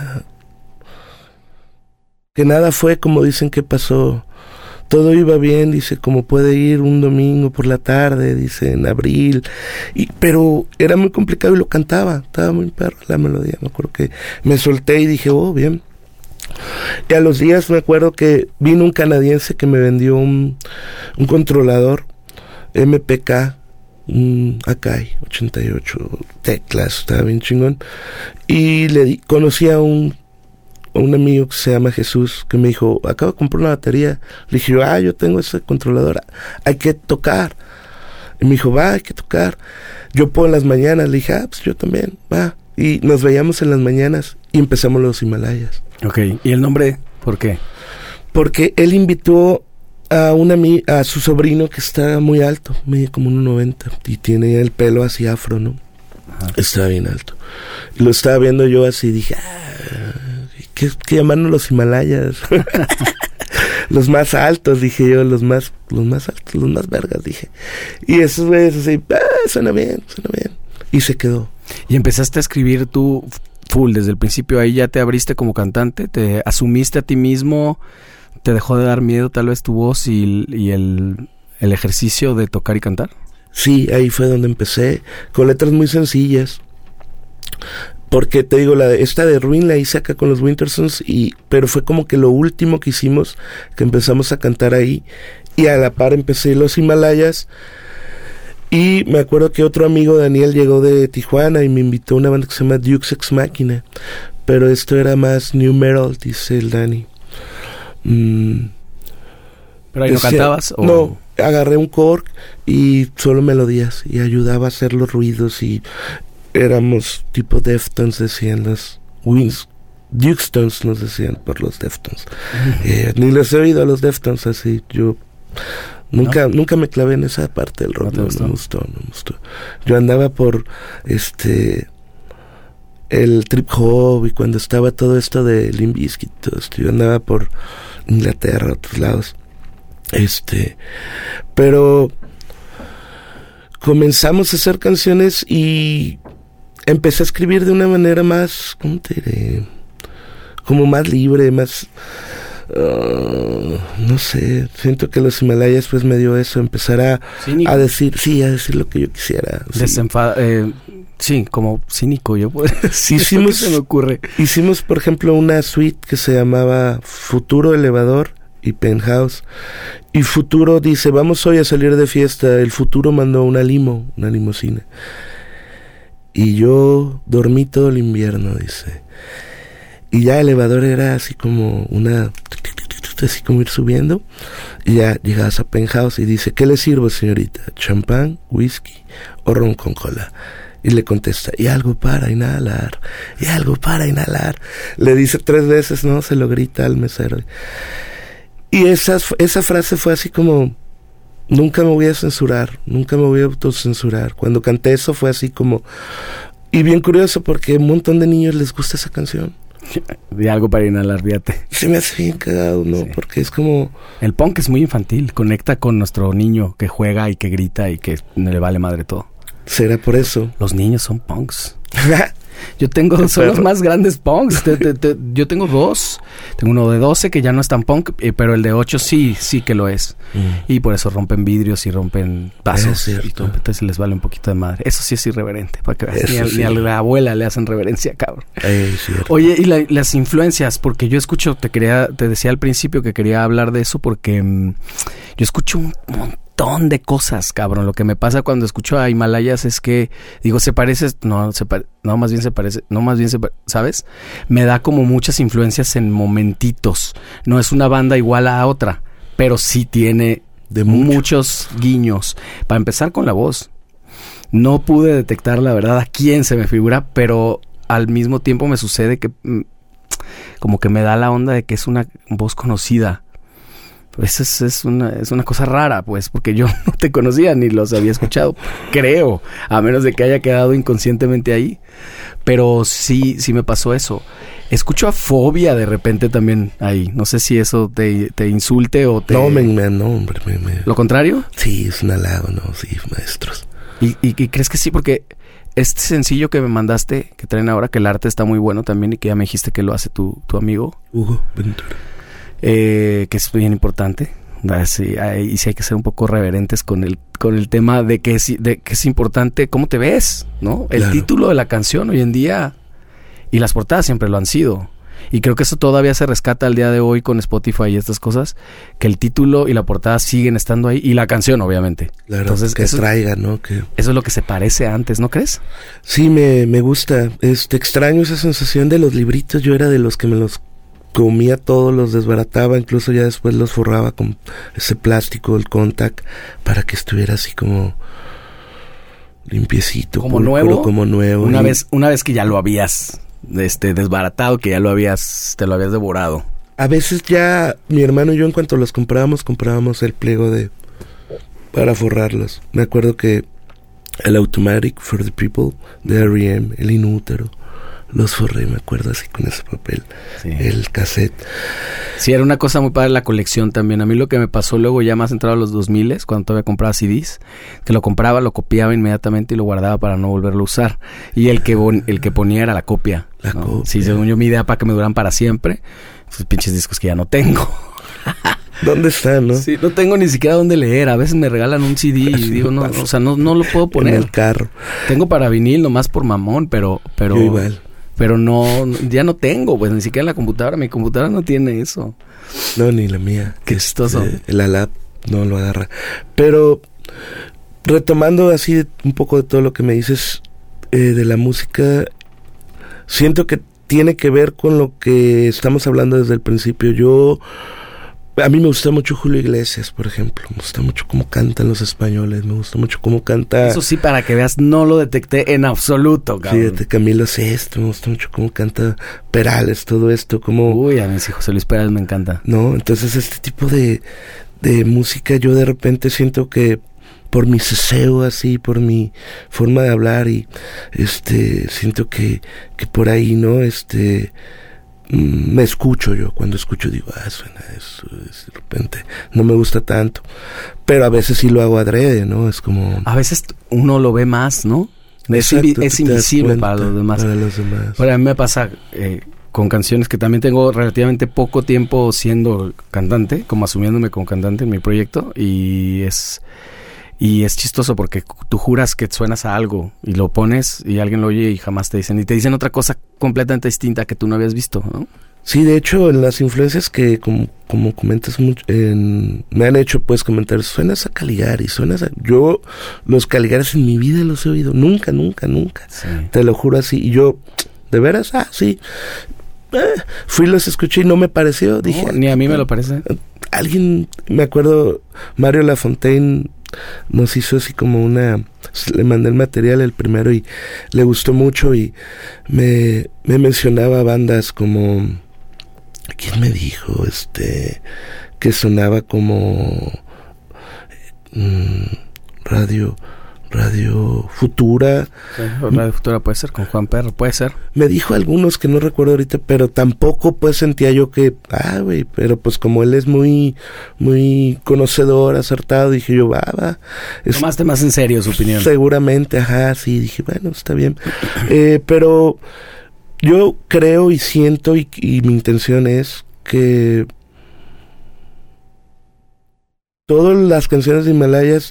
que nada fue como dicen que pasó. Todo iba bien, dice, como puede ir un domingo por la tarde, dice, en abril. Pero era muy complicado y lo cantaba. Estaba muy perro la melodía. Me acuerdo que me solté y dije, oh, bien. Y a los días me acuerdo que vino un canadiense que me vendió un controlador MPK, un Akai 88 teclas, estaba bien chingón. Y conocí a un amigo que se llama Jesús, que me dijo, acabo de comprar una batería. Le dije, yo tengo ese controlador, hay que tocar. Y me dijo, hay que tocar. Yo puedo en las mañanas. Le dije, pues yo también, va. Y nos veíamos en las mañanas y empezamos los Himalayas. Ok, ¿y el nombre por qué? Porque él invitó a su sobrino que está muy alto, mide como 1.90 y tiene el pelo así afro, ¿no? Ajá. Está bien alto. Y lo estaba viendo yo así, dije, ¿qué llamarnos los Himalayas? Los más altos, dije yo, los más altos, los más vergas, dije. Y esos güeyes así, suena bien. Y se quedó. Y empezaste a escribir tú full desde el principio, ahí ya te abriste como cantante, te asumiste a ti mismo, te dejó de dar miedo tal vez tu voz y el ejercicio de tocar y cantar. Sí, ahí fue donde empecé, con letras muy sencillas, Porque te digo, esta de Ruin la hice acá con los Wintersons, pero fue como que lo último que hicimos, que empezamos a cantar ahí, y a la par empecé los Himalayas. Y me acuerdo que otro amigo, Daniel, llegó de Tijuana y me invitó a una banda que se llama Dukes Ex Machina, pero esto era más new metal, dice el Dani. ¿Pero ahí no cantabas? ¿O? No, agarré un cork y solo melodías, y ayudaba a hacer los ruidos, y éramos tipo Deftones, decían los Dukestones, nos decían por los Deftones. Ni les he oído a los Deftones así. Yo nunca me clavé en esa parte del rock. No me gustó. Yo andaba por el trip hop, y cuando estaba todo esto de Limp Bizkit, yo andaba por Inglaterra, otros lados. Pero comenzamos a hacer canciones y empecé a escribir de una manera más, ¿cómo te diré? Como más libre, más... no sé, siento que los Himalayas pues me dio eso, empezar a decir lo que yo quisiera. Sí, como cínico, yo puedo decir. ¿Qué se me ocurre? Hicimos, por ejemplo, una suite que se llamaba Futuro Elevador y Penthouse. Y Futuro dice, vamos hoy a salir de fiesta. El Futuro mandó una limusina. Y yo dormí todo el invierno, dice. Y ya el elevador era así como así como ir subiendo. Y ya llegabas a Penthouse y dice, ¿qué le sirvo, señorita? ¿Champán, whisky o ron con cola? Y le contesta, y algo para inhalar, y algo para inhalar. Le dice 3 veces, ¿no? Se lo grita al mesero. Y esa frase fue así como, nunca me voy a censurar, nunca me voy a autocensurar. Cuando canté eso fue así como... Y bien curioso porque a un montón de niños les gusta esa canción. De algo para inhalar, fíjate. Se me hace bien cagado, ¿no? Sí. Porque es como... El punk es muy infantil, conecta con nuestro niño que juega y que grita y que no le vale madre todo. ¿Será por eso? Los niños son punks. Son los más grandes punks. Yo tengo 2. Tengo uno de 12 que ya no es tan punk, pero el de 8 sí que lo es. Y por eso rompen vidrios y rompen vasos. Y todo, entonces les vale un poquito de madre. Eso sí es irreverente. Para que veas. Ni a la abuela le hacen reverencia, cabrón. Oye, y las influencias, porque yo escucho, te decía al principio que quería hablar de eso porque yo escucho un montón de cosas, cabrón. Lo que me pasa cuando escucho a Himalayas es que digo, más bien se parece, ¿sabes? Me da como muchas influencias en momentitos. No es una banda igual a otra, pero sí tiene muchos guiños. Para empezar con la voz, no pude detectar la verdad a quién se me figura, pero al mismo tiempo me sucede que como que me da la onda de que es una voz conocida. Pues es una cosa rara, pues, porque yo no te conocía ni los había escuchado, creo, a menos de que haya quedado inconscientemente ahí. Pero sí me pasó eso. Escucho a Fobia de repente también ahí. No sé si eso te insulte o te... No, hombre. ¿Lo contrario? Sí, es un halago, ¿no? Sí, maestros. ¿Y crees que sí? Porque este sencillo que me mandaste, que traen ahora, que el arte está muy bueno también y que ya me dijiste que lo hace tu amigo. Hugo Ventura. Que es bien importante. Sí, y sí hay que ser un poco reverentes con el tema de que es importante cómo te ves, ¿no? El título de la canción hoy en día, y las portadas siempre lo han sido. Y creo que eso todavía se rescata al día de hoy con Spotify y estas cosas, que el título y la portada siguen estando ahí, y la canción, obviamente. Claro, entonces, que traiga, ¿no? Eso es lo que se parece antes, ¿no crees? Sí, me gusta. Extraño esa sensación de los libritos. Yo era de los que me los comía todos, los desbarataba, incluso ya después los forraba con ese plástico, el contact, para que estuviera así como limpiecito, como nuevo. Como nuevo. Una vez que ya lo habías desbaratado, que ya te lo habías devorado. A veces ya mi hermano y yo, en cuanto los comprábamos el pliego para forrarlos. Me acuerdo que el Automatic for the People de R.E.M., el Inútero, los forré, me acuerdo, así con ese papel, sí. El cassette. Sí, era una cosa muy padre la colección también. A mí lo que me pasó luego, ya más entrado a los 2000, cuando todavía compraba CDs, que lo compraba, lo copiaba inmediatamente y lo guardaba para no volverlo a usar. Y el que ponía era la copia. Copia. Sí, según yo, mi idea para que me duran para siempre. Esos pinches discos que ya no tengo. ¿Dónde están, no? Sí, no tengo ni siquiera dónde leer. A veces me regalan un CD y digo, no lo puedo poner. En el carro. Tengo para vinil nomás por mamón, pero yo igual. pero ya no tengo, pues ni siquiera la computadora. Mi computadora no tiene eso. No, ni la mía. Qué chistoso. La lap no lo agarra. Pero retomando así un poco de todo lo que me dices de la música, siento que tiene que ver con lo que estamos hablando desde el principio. A mí me gusta mucho Julio Iglesias, por ejemplo. Me gusta mucho cómo cantan los españoles. Me gusta mucho cómo canta... Eso sí, para que veas, no lo detecté en absoluto, cabrón. Fíjate, Camilo Sesto. Me gusta mucho cómo canta Perales, todo esto. Uy, a mis hijos, Luis Perales me encanta. No, entonces este tipo de música yo de repente siento que por mi ceseo así, por mi forma de hablar y siento que por ahí, ¿no? Me escucho yo, cuando escucho digo, suena eso, de repente no me gusta tanto, pero a veces sí lo hago adrede, ¿no? Es como... A veces uno lo ve más, ¿no? Exacto, es invisible para los demás. Para los demás. Bueno, a mí me pasa con canciones que también tengo relativamente poco tiempo siendo cantante, como asumiéndome como cantante en mi proyecto, y es chistoso porque tú juras que suenas a algo y lo pones y alguien lo oye y jamás te dicen otra cosa completamente distinta que tú no habías visto, ¿no? Sí, de hecho, en las influencias que como comentas mucho, me han hecho pues comentarios, suenas a Caligari, yo los Caligaris en mi vida los he oído, nunca, sí. Te lo juro así, y yo, ¿de veras? Sí. Fui, los escuché y no me pareció, dije... ni a mí me lo parece. Alguien, me acuerdo, Mario Lafontaine nos hizo así como le mandé el material, el primero, y le gustó mucho y me mencionaba bandas como, ¿quién me dijo? Que sonaba como Radio Futura. Sí, Radio Futura puede ser, con Juan Perro, puede ser. Me dijo algunos que no recuerdo ahorita, pero tampoco pues sentía yo que, pero pues como él es muy, muy conocedor, acertado, dije yo, va. Tomaste más en serio su opinión. Seguramente, sí, dije, bueno, está bien. Pero yo creo y siento y mi intención es que todas las canciones de Himalayas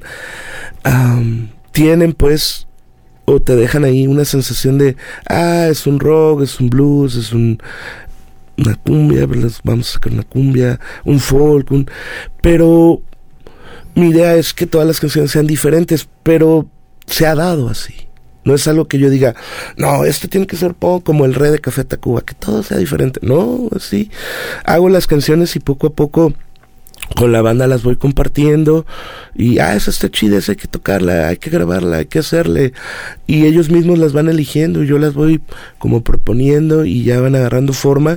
tienen pues, o te dejan ahí una sensación de, es un rock, es un blues, es una cumbia, vamos a sacar una cumbia, un folk, pero mi idea es que todas las canciones sean diferentes, pero se ha dado así. No es algo que yo diga, no, esto tiene que ser pop como el Rey de Café Tacuba, que todo sea diferente. No, así hago las canciones y poco a poco con la banda las voy compartiendo y esa está chida, esa hay que tocarla, hay que grabarla, hay que hacerle, y ellos mismos las van eligiendo y yo las voy como proponiendo y ya van agarrando forma.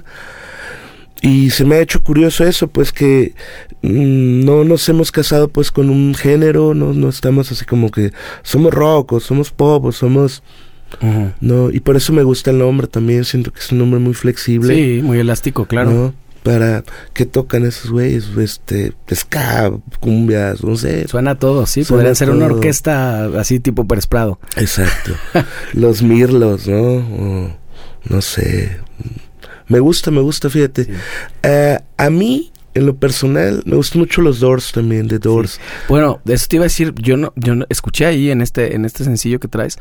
Y se me ha hecho curioso eso, pues que no nos hemos casado pues con un género, no estamos así como que somos rock o somos pop o somos... Uh-huh. No, y por eso me gusta el nombre también, siento que es un nombre muy flexible. Sí, muy elástico, claro. ¿No? Para que tocan esos güeyes, ska, cumbias, no sé. Suena a todo, sí, podrían ser una orquesta así tipo Pérez Prado. Exacto. Los Mirlos, ¿no? O, no sé. Me gusta, fíjate. Sí. A mí, en lo personal, me gustan mucho los Doors también, The Doors. Sí. Bueno, eso te iba a decir, yo no escuché ahí en este sencillo que traes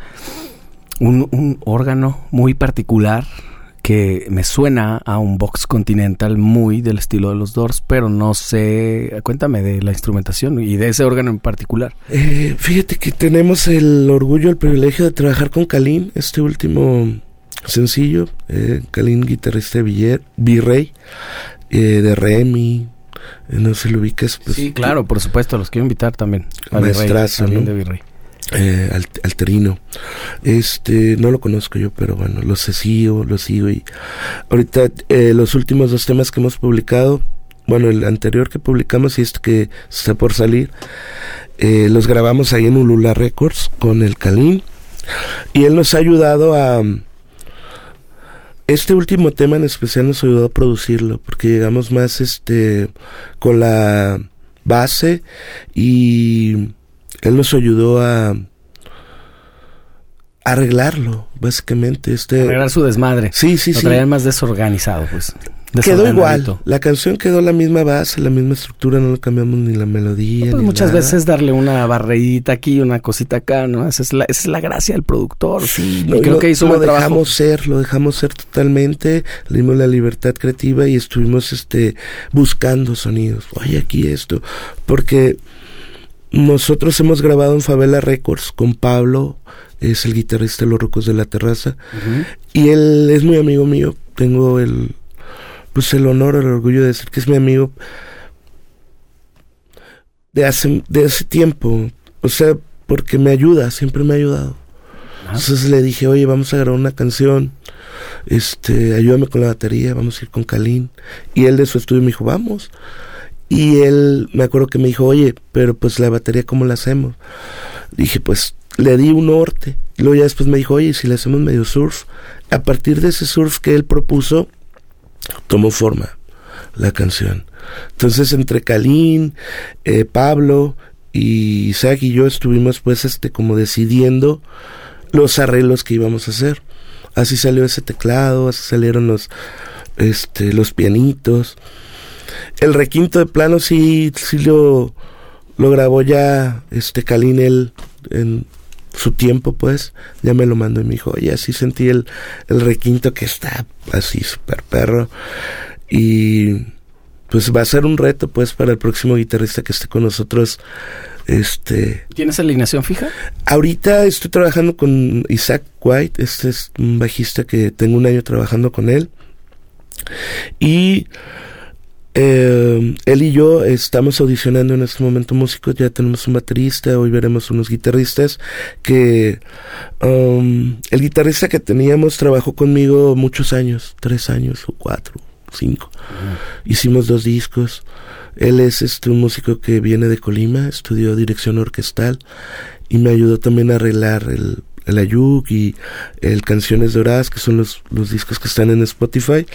un órgano muy particular que me suena a un Vox Continental muy del estilo de los Doors, pero no sé, cuéntame de la instrumentación y de ese órgano en particular. Fíjate que tenemos el orgullo, el privilegio de trabajar con Kalin, este último sencillo, Kalin, guitarrista de Virrey, de Remy, no sé si lo ubicas. Pues, sí, claro, por supuesto, los quiero invitar también. Maestrazo, ¿no? De Virrey. Alterino, no lo conozco yo, pero bueno, lo sigo y ahorita los últimos 2 temas que hemos publicado, bueno, el anterior que publicamos y este que está por salir, los grabamos ahí en Ulula Records con el Kalin, y él nos ha ayudado a este último tema en especial, nos ayudó a producirlo porque llegamos más con la base y él nos ayudó a arreglarlo, básicamente. Arreglar su desmadre. Sí. Lo traían más desorganizado, pues. Quedó igual, la canción quedó la misma base, la misma estructura, no le cambiamos ni la melodía. Pues ni muchas nada. veces darle una barredita aquí, una cosita acá, ¿no? Esa es la gracia del productor. Sí, y creo que hizo un buen trabajo. Lo dejamos ser totalmente, le dimos la libertad creativa y estuvimos buscando sonidos. Oye, aquí esto, porque nosotros hemos grabado en Favela Records con Pablo, es el guitarrista de Los Rucos de la Terraza, y él es muy amigo mío. Tengo el honor, el orgullo de decir que es mi amigo de hace tiempo, o sea, porque me ayuda, siempre me ha ayudado. Entonces le dije, oye, vamos a grabar una canción, ayúdame con la batería, vamos a ir con Kalin. Y él de su estudio me dijo, vamos. Y él, me acuerdo que me dijo, oye, pero pues la batería, ¿cómo la hacemos? Dije, pues le di un norte. Y luego ya después me dijo, oye, si le hacemos medio surf. A partir de ese surf que él propuso, tomó forma la canción. Entonces entre Kalin, Pablo y Isaac y yo estuvimos pues como decidiendo los arreglos que íbamos a hacer. Así salió ese teclado, así salieron los pianitos. El requinto de plano sí lo grabó ya Kalin él en su tiempo, pues ya me lo mandó y me dijo, oye, así sentí el requinto que está así súper perro. Y pues va a ser un reto pues para el próximo guitarrista que esté con nosotros. ¿Tienes alineación fija? Ahorita estoy trabajando con Isaac White. Es un bajista que tengo un año trabajando con él, y él y yo estamos audicionando en este momento músicos. Ya tenemos un baterista, hoy veremos unos guitarristas que el guitarrista que teníamos trabajó conmigo muchos años, 3 años o 4, 5. Hicimos 2 discos. Él es un músico que viene de Colima, estudió dirección orquestal y me ayudó también a arreglar el Ayuk y el Canciones Doradas, que son los discos que están en Spotify.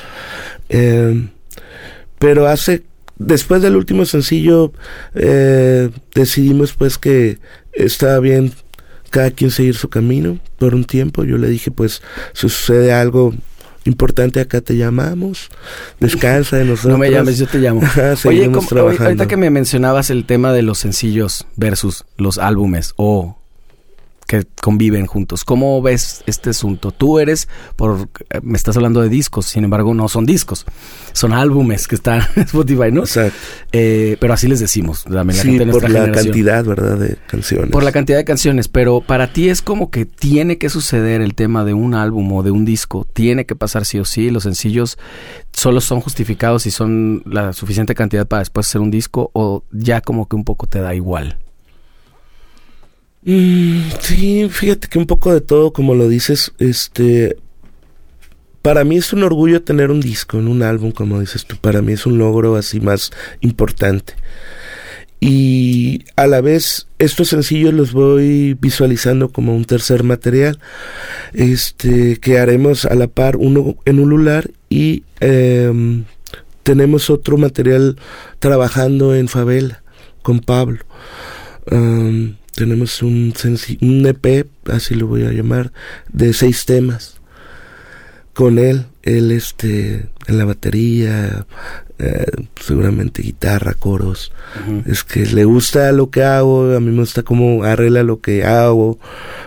Pero después del último sencillo, decidimos pues que estaba bien cada quien seguir su camino por un tiempo. Yo le dije, pues, si sucede algo importante, acá te llamamos, descansa de nosotros. No me llames, yo te llamo. Oye, ahorita que me mencionabas el tema de los sencillos versus los álbumes o que conviven juntos, ¿cómo ves este asunto? Tú me estás hablando de discos, sin embargo no son discos, son álbumes que están en Spotify, ¿no? Exacto. Pero así les decimos, la sí, gente de nuestra por la generación. Cantidad, ¿verdad?, de canciones. Por la cantidad de canciones, pero para ti es como que tiene que suceder el tema de un álbum o de un disco, tiene que pasar sí o sí, los sencillos solo son justificados y son la suficiente cantidad para después hacer un disco, o ya como que un poco te da igual. Sí, fíjate que un poco de todo, como lo dices. Para mí es un orgullo tener un disco en un álbum, como dices tú. Para mí es un logro así más importante. Y a la vez estos sencillos los voy visualizando como un tercer material, que haremos a la par, uno en un lugar, y tenemos otro material trabajando en Favela con Pablo. Tenemos un EP, así lo voy a llamar, de 6 temas con él en la batería, seguramente guitarra, coros. Es que le gusta lo que hago, a mí me gusta cómo arregla lo que hago,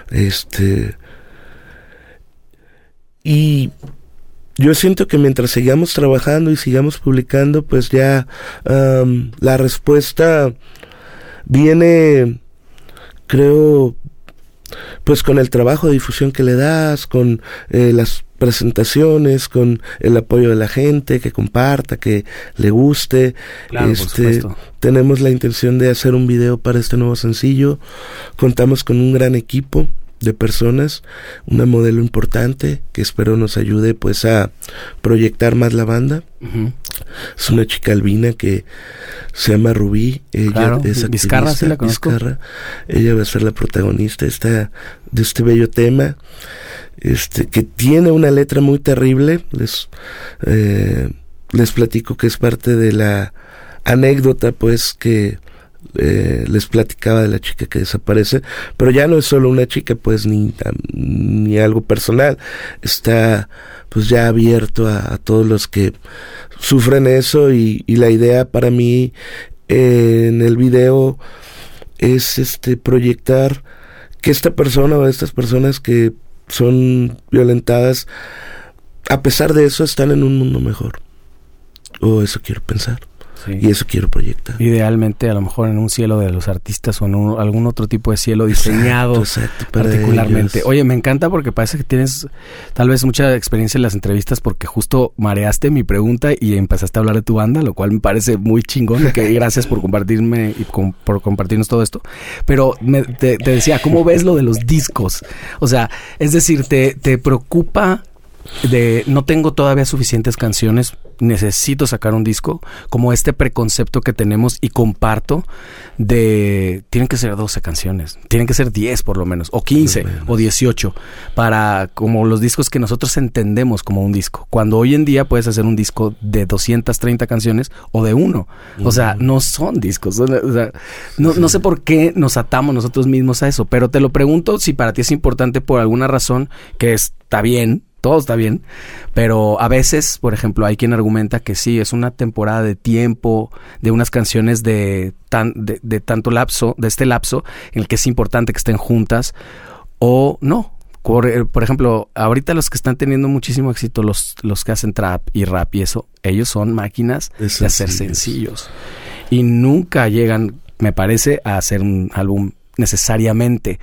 y yo siento que mientras sigamos trabajando y sigamos publicando, pues ya la respuesta viene, creo, pues con el trabajo de difusión que le das, con las presentaciones, con el apoyo de la gente, que comparta, que le guste. Claro, por supuesto. Tenemos la intención de hacer un video para este nuevo sencillo. Contamos con un gran equipo de personas, una modelo importante que espero nos ayude pues a proyectar más la banda. Es una chica albina que se llama Rubí. Ella, claro, es activista. Vizcarra, sí la conozco. Vizcarra. Ella va a ser la protagonista de este bello tema, que tiene una letra muy terrible. Les platico que es parte de la anécdota pues que les platicaba de la chica que desaparece, pero ya no es solo una chica, pues, ni algo personal, está pues ya abierto a todos los que sufren eso, y la idea para mí en el video es proyectar que esta persona o estas personas que son violentadas, a pesar de eso, están en un mundo mejor, o eso quiero pensar. Sí. Y eso quiero proyectar. Idealmente, a lo mejor en un cielo de los artistas o en algún otro tipo de cielo diseñado exacto, particularmente. Ellos. Oye, me encanta porque parece que tienes tal vez mucha experiencia en las entrevistas, porque justo mareaste mi pregunta y empezaste a hablar de tu banda, lo cual me parece muy chingón. Que gracias por compartirme y por compartirnos todo esto. Pero te decía, ¿cómo ves lo de los discos? O sea, es decir, ¿te preocupa de no tengo todavía suficientes canciones, necesito sacar un disco, como este preconcepto que tenemos y comparto de tienen que ser 12 canciones, tienen que ser 10 por lo menos, o 15 o 18 para como los discos que nosotros entendemos como un disco, cuando hoy en día puedes hacer un disco de 230 canciones o de uno, o sea, no son discos, o sea, no sé por qué nos atamos nosotros mismos a eso, pero te lo pregunto si para ti es importante por alguna razón, que está bien, todo está bien, pero a veces, por ejemplo, hay quien argumenta que sí, es una temporada de tiempo, de unas canciones de tanto lapso, de este lapso, en el que es importante que estén juntas, o no. Por ejemplo, ahorita los que están teniendo muchísimo éxito, los que hacen trap y rap y eso, ellos son máquinas de hacer sencillos. Y nunca llegan, me parece, a hacer un álbum necesariamente.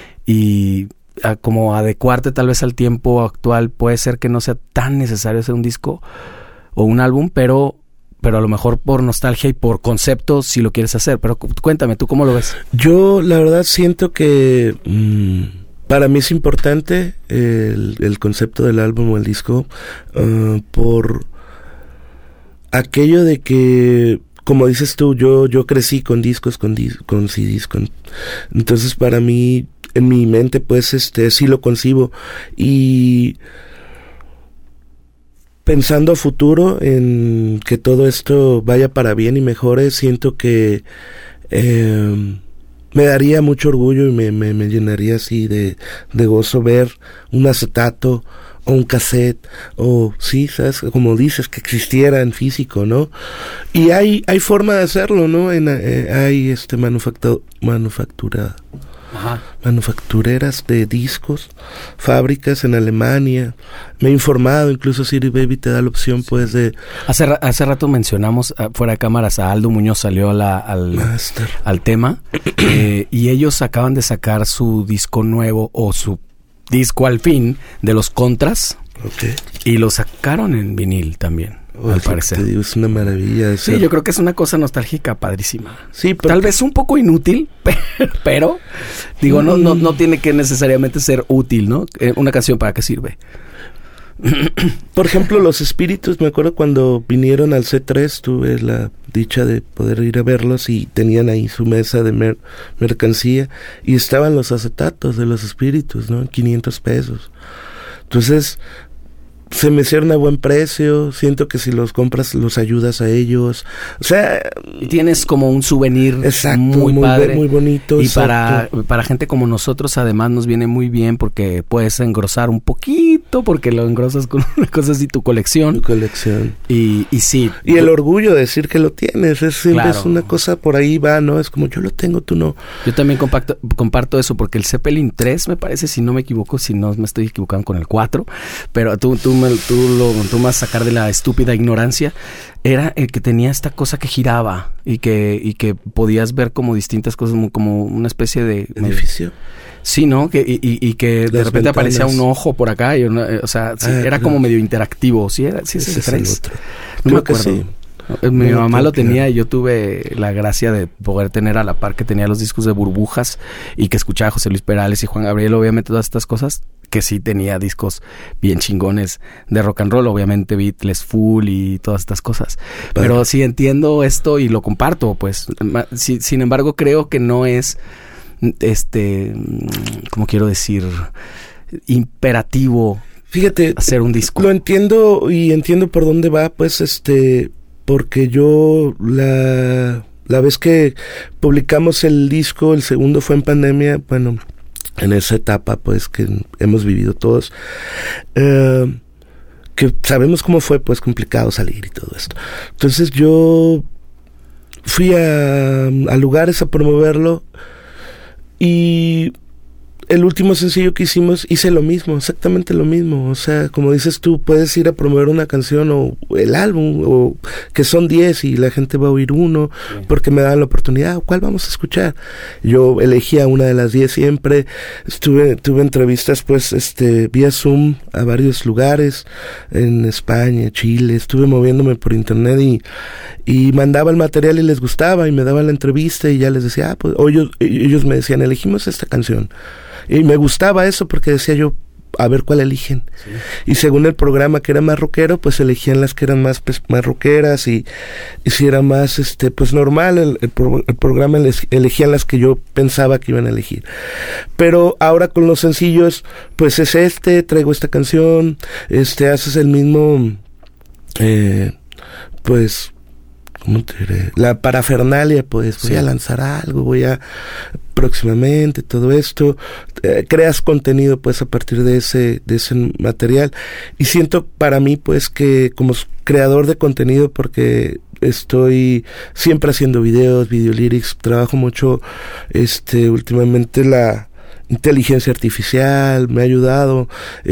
Y como adecuarte tal vez al tiempo actual, puede ser que no sea tan necesario hacer un disco o un álbum, pero a lo mejor por nostalgia y por concepto si lo quieres hacer. Pero cuéntame, ¿tú cómo lo ves? Yo la verdad siento que para mí es importante el concepto del álbum o el disco, por aquello de que, como dices tú, yo crecí con discos, con CDs, entonces para mí, en mi mente, pues, sí lo concibo. Y pensando a futuro en que todo esto vaya para bien y mejore, siento que me daría mucho orgullo y me llenaría así de gozo ver un acetato o un cassette, o sí, ¿sabes? Como dices, que existiera en físico, ¿no? Y hay forma de hacerlo, ¿no? Hay manufactureras de discos, fábricas en Alemania. Me he informado, incluso City Baby te da la opción, pues, de... Hace rato mencionamos fuera de cámaras a Aldo Muñoz, salió al tema, y ellos acaban de sacar su disco nuevo, o su disco al fin, de los Contras, okay, y lo sacaron en vinil también. Al parecer. Te digo, es una maravilla. Sí, yo creo que es una cosa nostálgica padrísima. Sí, tal vez un poco inútil, pero digo, no tiene que necesariamente ser útil, ¿no? Una canción, ¿para qué sirve? Por ejemplo, Los Espíritus, me acuerdo cuando vinieron al C3, tuve la dicha de poder ir a verlos y tenían ahí su mesa de mercancía y estaban los acetatos de Los Espíritus, ¿no? 500 pesos. Entonces, se me hicieron a buen precio, siento que si los compras los ayudas a ellos, o sea... Y tienes como un souvenir, exacto, muy padre, muy bonito. Y para gente como nosotros además nos viene muy bien porque puedes engrosar un poquito, porque lo engrosas con una cosa así, tu colección. Y sí. Y el orgullo de decir que lo tienes, siempre claro, es una cosa por ahí va, ¿no? Es como yo lo tengo, tú no. Yo también comparto eso, porque el Zeppelin 3 me parece, si no me equivoco, si no me estoy equivocando con el 4, pero tú me vas a sacar de la estúpida ignorancia, era el que tenía esta cosa que giraba y que podías ver como distintas cosas, como una especie de edificio. Sí, ¿no? Y que de repente ventanas, aparecía un ojo por acá, o sea, sí, era como medio interactivo. Sí, es el 3. No me acuerdo. Sí. Mi mamá lo tenía y yo tuve la gracia de poder tener a la par que tenía los discos de Burbujas y que escuchaba a José Luis Perales y Juan Gabriel, obviamente todas estas cosas, que sí tenía discos bien chingones de rock and roll, obviamente Beatles Full y todas estas cosas. Pero sí entiendo esto y lo comparto, pues. Sin embargo, creo que no es, ¿cómo quiero decir? Imperativo. Fíjate, hacer un disco. Lo entiendo y entiendo por dónde va, pues, porque yo la la vez que publicamos el disco, el segundo fue en pandemia, bueno, en esa etapa pues que hemos vivido todos, que sabemos cómo fue pues complicado salir y todo esto. Entonces yo fui a lugares a promoverlo, y el último sencillo que hicimos hice lo mismo, exactamente lo mismo. O sea, como dices tú, puedes ir a promover una canción o el álbum, o que son 10 y la gente va a oír uno, sí, porque me dan la oportunidad. ¿Cuál vamos a escuchar? Yo elegía una de las 10 siempre. Tuve entrevistas pues vía Zoom a varios lugares en España, Chile. Estuve moviéndome por internet y mandaba el material y les gustaba y me daban la entrevista y ya les decía, pues, o ellos me decían, elegimos esta canción. Y me gustaba eso porque decía yo, a ver cuál eligen. Sí. Y según el programa que era más rockero, pues elegían las que eran más rockeras, y si era más pues normal el programa elegían las que yo pensaba que iban a elegir. Pero ahora con los sencillos, pues es traigo esta canción, haces el mismo pues, ¿cómo te diré? La parafernalia, pues, voy a lanzar algo, próximamente, todo esto, creas contenido, pues, a partir de ese material, y siento para mí, pues, que como creador de contenido, porque estoy siempre haciendo videos, video lyrics, trabajo mucho, últimamente la inteligencia artificial me ha ayudado,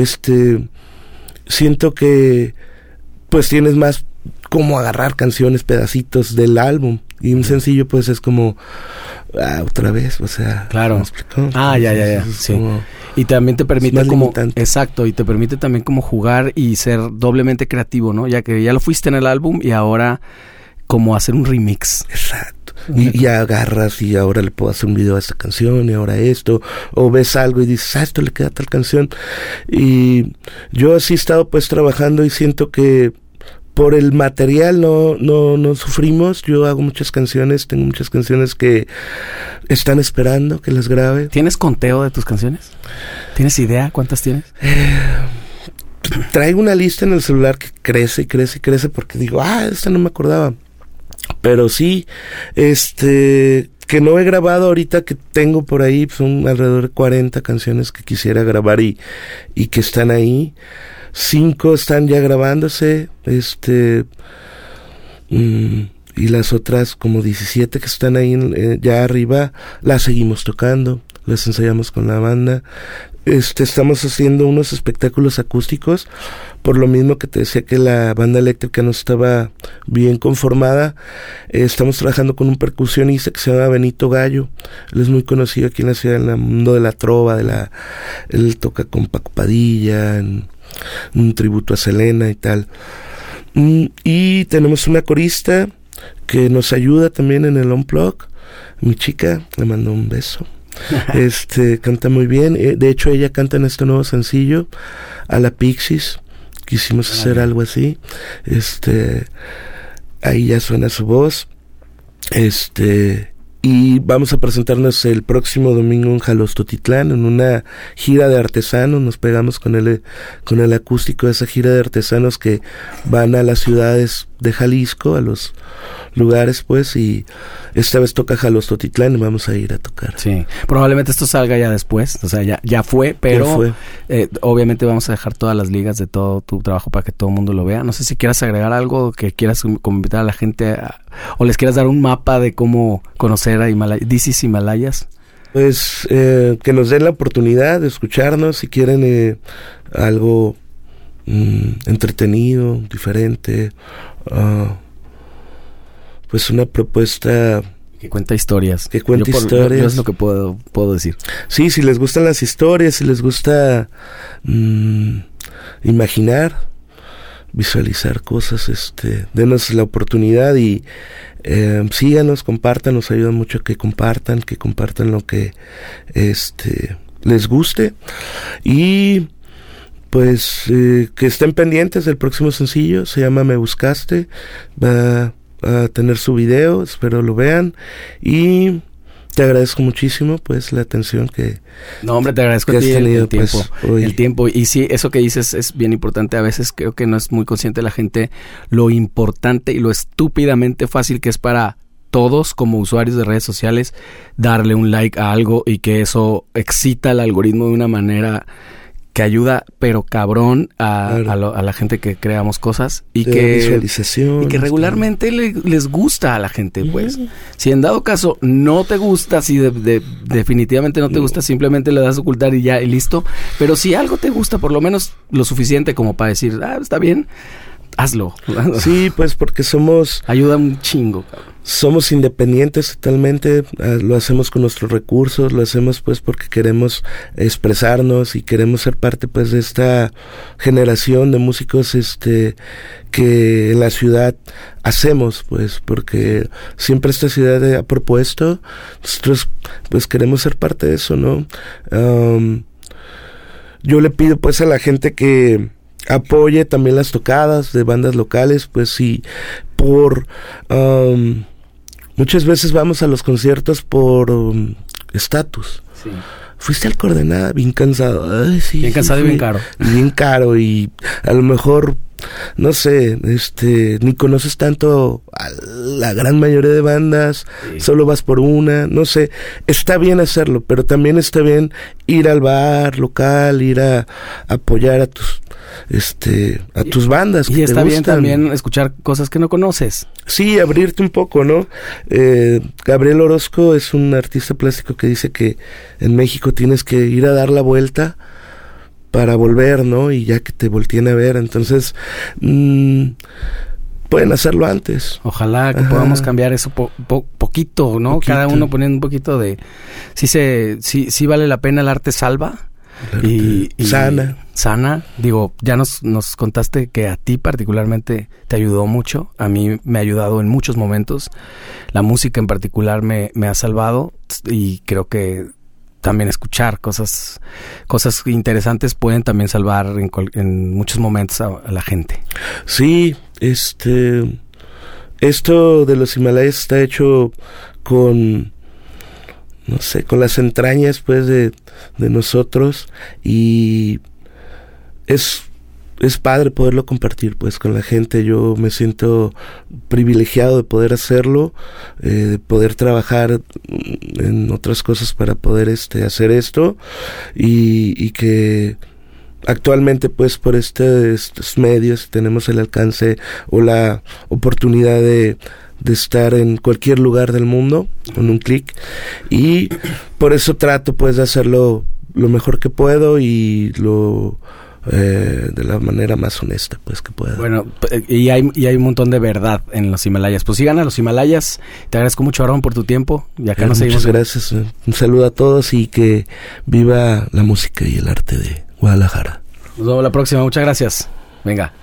siento que, pues, tienes más cómo agarrar canciones, pedacitos del álbum, y un sencillo pues es como otra vez, o sea, claro. Ya, sí. Y también te permite como limitante. Exacto, y te permite también como jugar y ser doblemente creativo, ¿no? Ya que ya lo fuiste en el álbum y ahora como hacer un remix. Exacto. Y agarras y ahora le puedo hacer un video a esta canción y ahora esto, o ves algo y dices, esto le queda a tal canción. Y yo así he estado pues trabajando y siento que por el material no sufrimos. Yo hago muchas canciones, tengo muchas canciones que están esperando que las grabe. ¿Tienes conteo de tus canciones? ¿Tienes idea cuántas tienes? Traigo una lista en el celular que crece y crece y crece porque digo, esta no me acordaba. Pero sí, que no he grabado ahorita, que tengo por ahí, son alrededor de 40 canciones que quisiera grabar y que están ahí. 5 están ya grabándose, y las otras como 17 que están ahí ya arriba, las seguimos tocando, las ensayamos con la banda. Estamos haciendo unos espectáculos acústicos, por lo mismo que te decía que la banda eléctrica no estaba bien conformada. Estamos trabajando con un percusionista que se llama Benito Gallo. Él es muy conocido aquí en la ciudad, en el mundo de la trova, él toca con Paco Padilla, un tributo a Selena y tal. Y tenemos una corista que nos ayuda también en el Unplugged, mi chica, le mando un beso. Canta muy bien, de hecho ella canta en este nuevo sencillo a la Pixies, quisimos hacer algo así, ahí ya suena su voz, y vamos a presentarnos el próximo domingo en Jalostotitlán en una gira de artesanos. Nos pegamos con el acústico de esa gira de artesanos que van a las ciudades de Jalisco, a los lugares pues, y esta vez toca Jalostotitlán y vamos a ir a tocar. Sí, probablemente esto salga ya después, o sea, ya fue, pero ya fue. Obviamente vamos a dejar todas las ligas de todo tu trabajo para que todo el mundo lo vea. No sé si quieras agregar algo, que quieras como invitar a la gente o les quieras dar un mapa de cómo conocer a This Himalayas. Pues que nos den la oportunidad de escucharnos si quieren algo entretenido, diferente, pues una propuesta que cuenta historias. Que cuenta historias. Yo es lo que puedo decir. Sí, si les gustan las historias, si les gusta imaginar, visualizar cosas, denos la oportunidad y síganos, compartan, nos ayuda mucho que compartan lo que les guste, y pues que estén pendientes del próximo sencillo. Se llama Me Buscaste, va a tener su video, espero lo vean, y te agradezco muchísimo pues la atención que no, hombre, te agradezco a ti tenido, el tiempo, y sí, eso que dices es bien importante. A veces creo que no es muy consciente la gente lo importante y lo estúpidamente fácil que es para todos como usuarios de redes sociales darle un like a algo y que eso excita al algoritmo de una manera que ayuda, pero cabrón, a la gente que creamos cosas y visualización, y que regularmente les gusta a la gente, pues. Si en dado caso no te gusta, si definitivamente no te gusta, simplemente le das a ocultar y ya, y listo. Pero si algo te gusta, por lo menos lo suficiente como para decir, está bien, hazlo. Sí, pues porque ayuda un chingo, cabrón. Somos independientes totalmente, lo hacemos con nuestros recursos, lo hacemos pues porque queremos expresarnos y queremos ser parte pues de esta generación de músicos que en la ciudad hacemos, pues porque siempre esta ciudad ha propuesto, nosotros pues queremos ser parte de eso, ¿no? Yo le pido pues a la gente que apoye también las tocadas de bandas locales, pues sí, muchas veces vamos a los conciertos por estatus. Sí. Fuiste al Coordenada bien cansado. Ay, sí, bien cansado y bien caro. Bien caro y a lo mejor, no sé, ni conoces tanto a la gran mayoría de bandas, sí. Solo vas por una, no sé. Está bien hacerlo, pero también está bien ir al bar local, ir a apoyar a tus bandas que y está te bien gustan. También escuchar cosas que no conoces. Sí, abrirte un poco, ¿no? Gabriel Orozco es un artista plástico que dice que en México tienes que ir a dar la vuelta para volver, ¿no? Y ya que te volteen a ver, entonces pueden hacerlo antes. Ojalá que podamos cambiar eso poquito, ¿no? Poquito. Cada uno poniendo un poquito de... Sí vale la pena, el arte salva. Y sana. Digo, ya nos contaste que a ti particularmente te ayudó mucho. A mí me ha ayudado en muchos momentos. La música en particular me ha salvado y creo que también escuchar cosas interesantes pueden también salvar en muchos momentos a la gente. Sí, esto de los Himalayas está hecho con... no sé, con las entrañas pues de nosotros y es padre poderlo compartir pues con la gente. Yo me siento privilegiado de poder hacerlo, de poder trabajar en otras cosas para poder hacer esto y que actualmente pues por estos medios tenemos el alcance o la oportunidad de estar en cualquier lugar del mundo con un clic y por eso trato pues de hacerlo lo mejor que puedo y de la manera más honesta pues que pueda. Bueno, y hay un montón de verdad en los Himalayas. Pues sigan a los Himalayas. Te agradezco mucho, Aarón, por tu tiempo y acá nos seguimos. Muchas gracias. Un saludo a todos y que viva la música y el arte de Guadalajara. Nos vemos la próxima. Muchas gracias. Venga.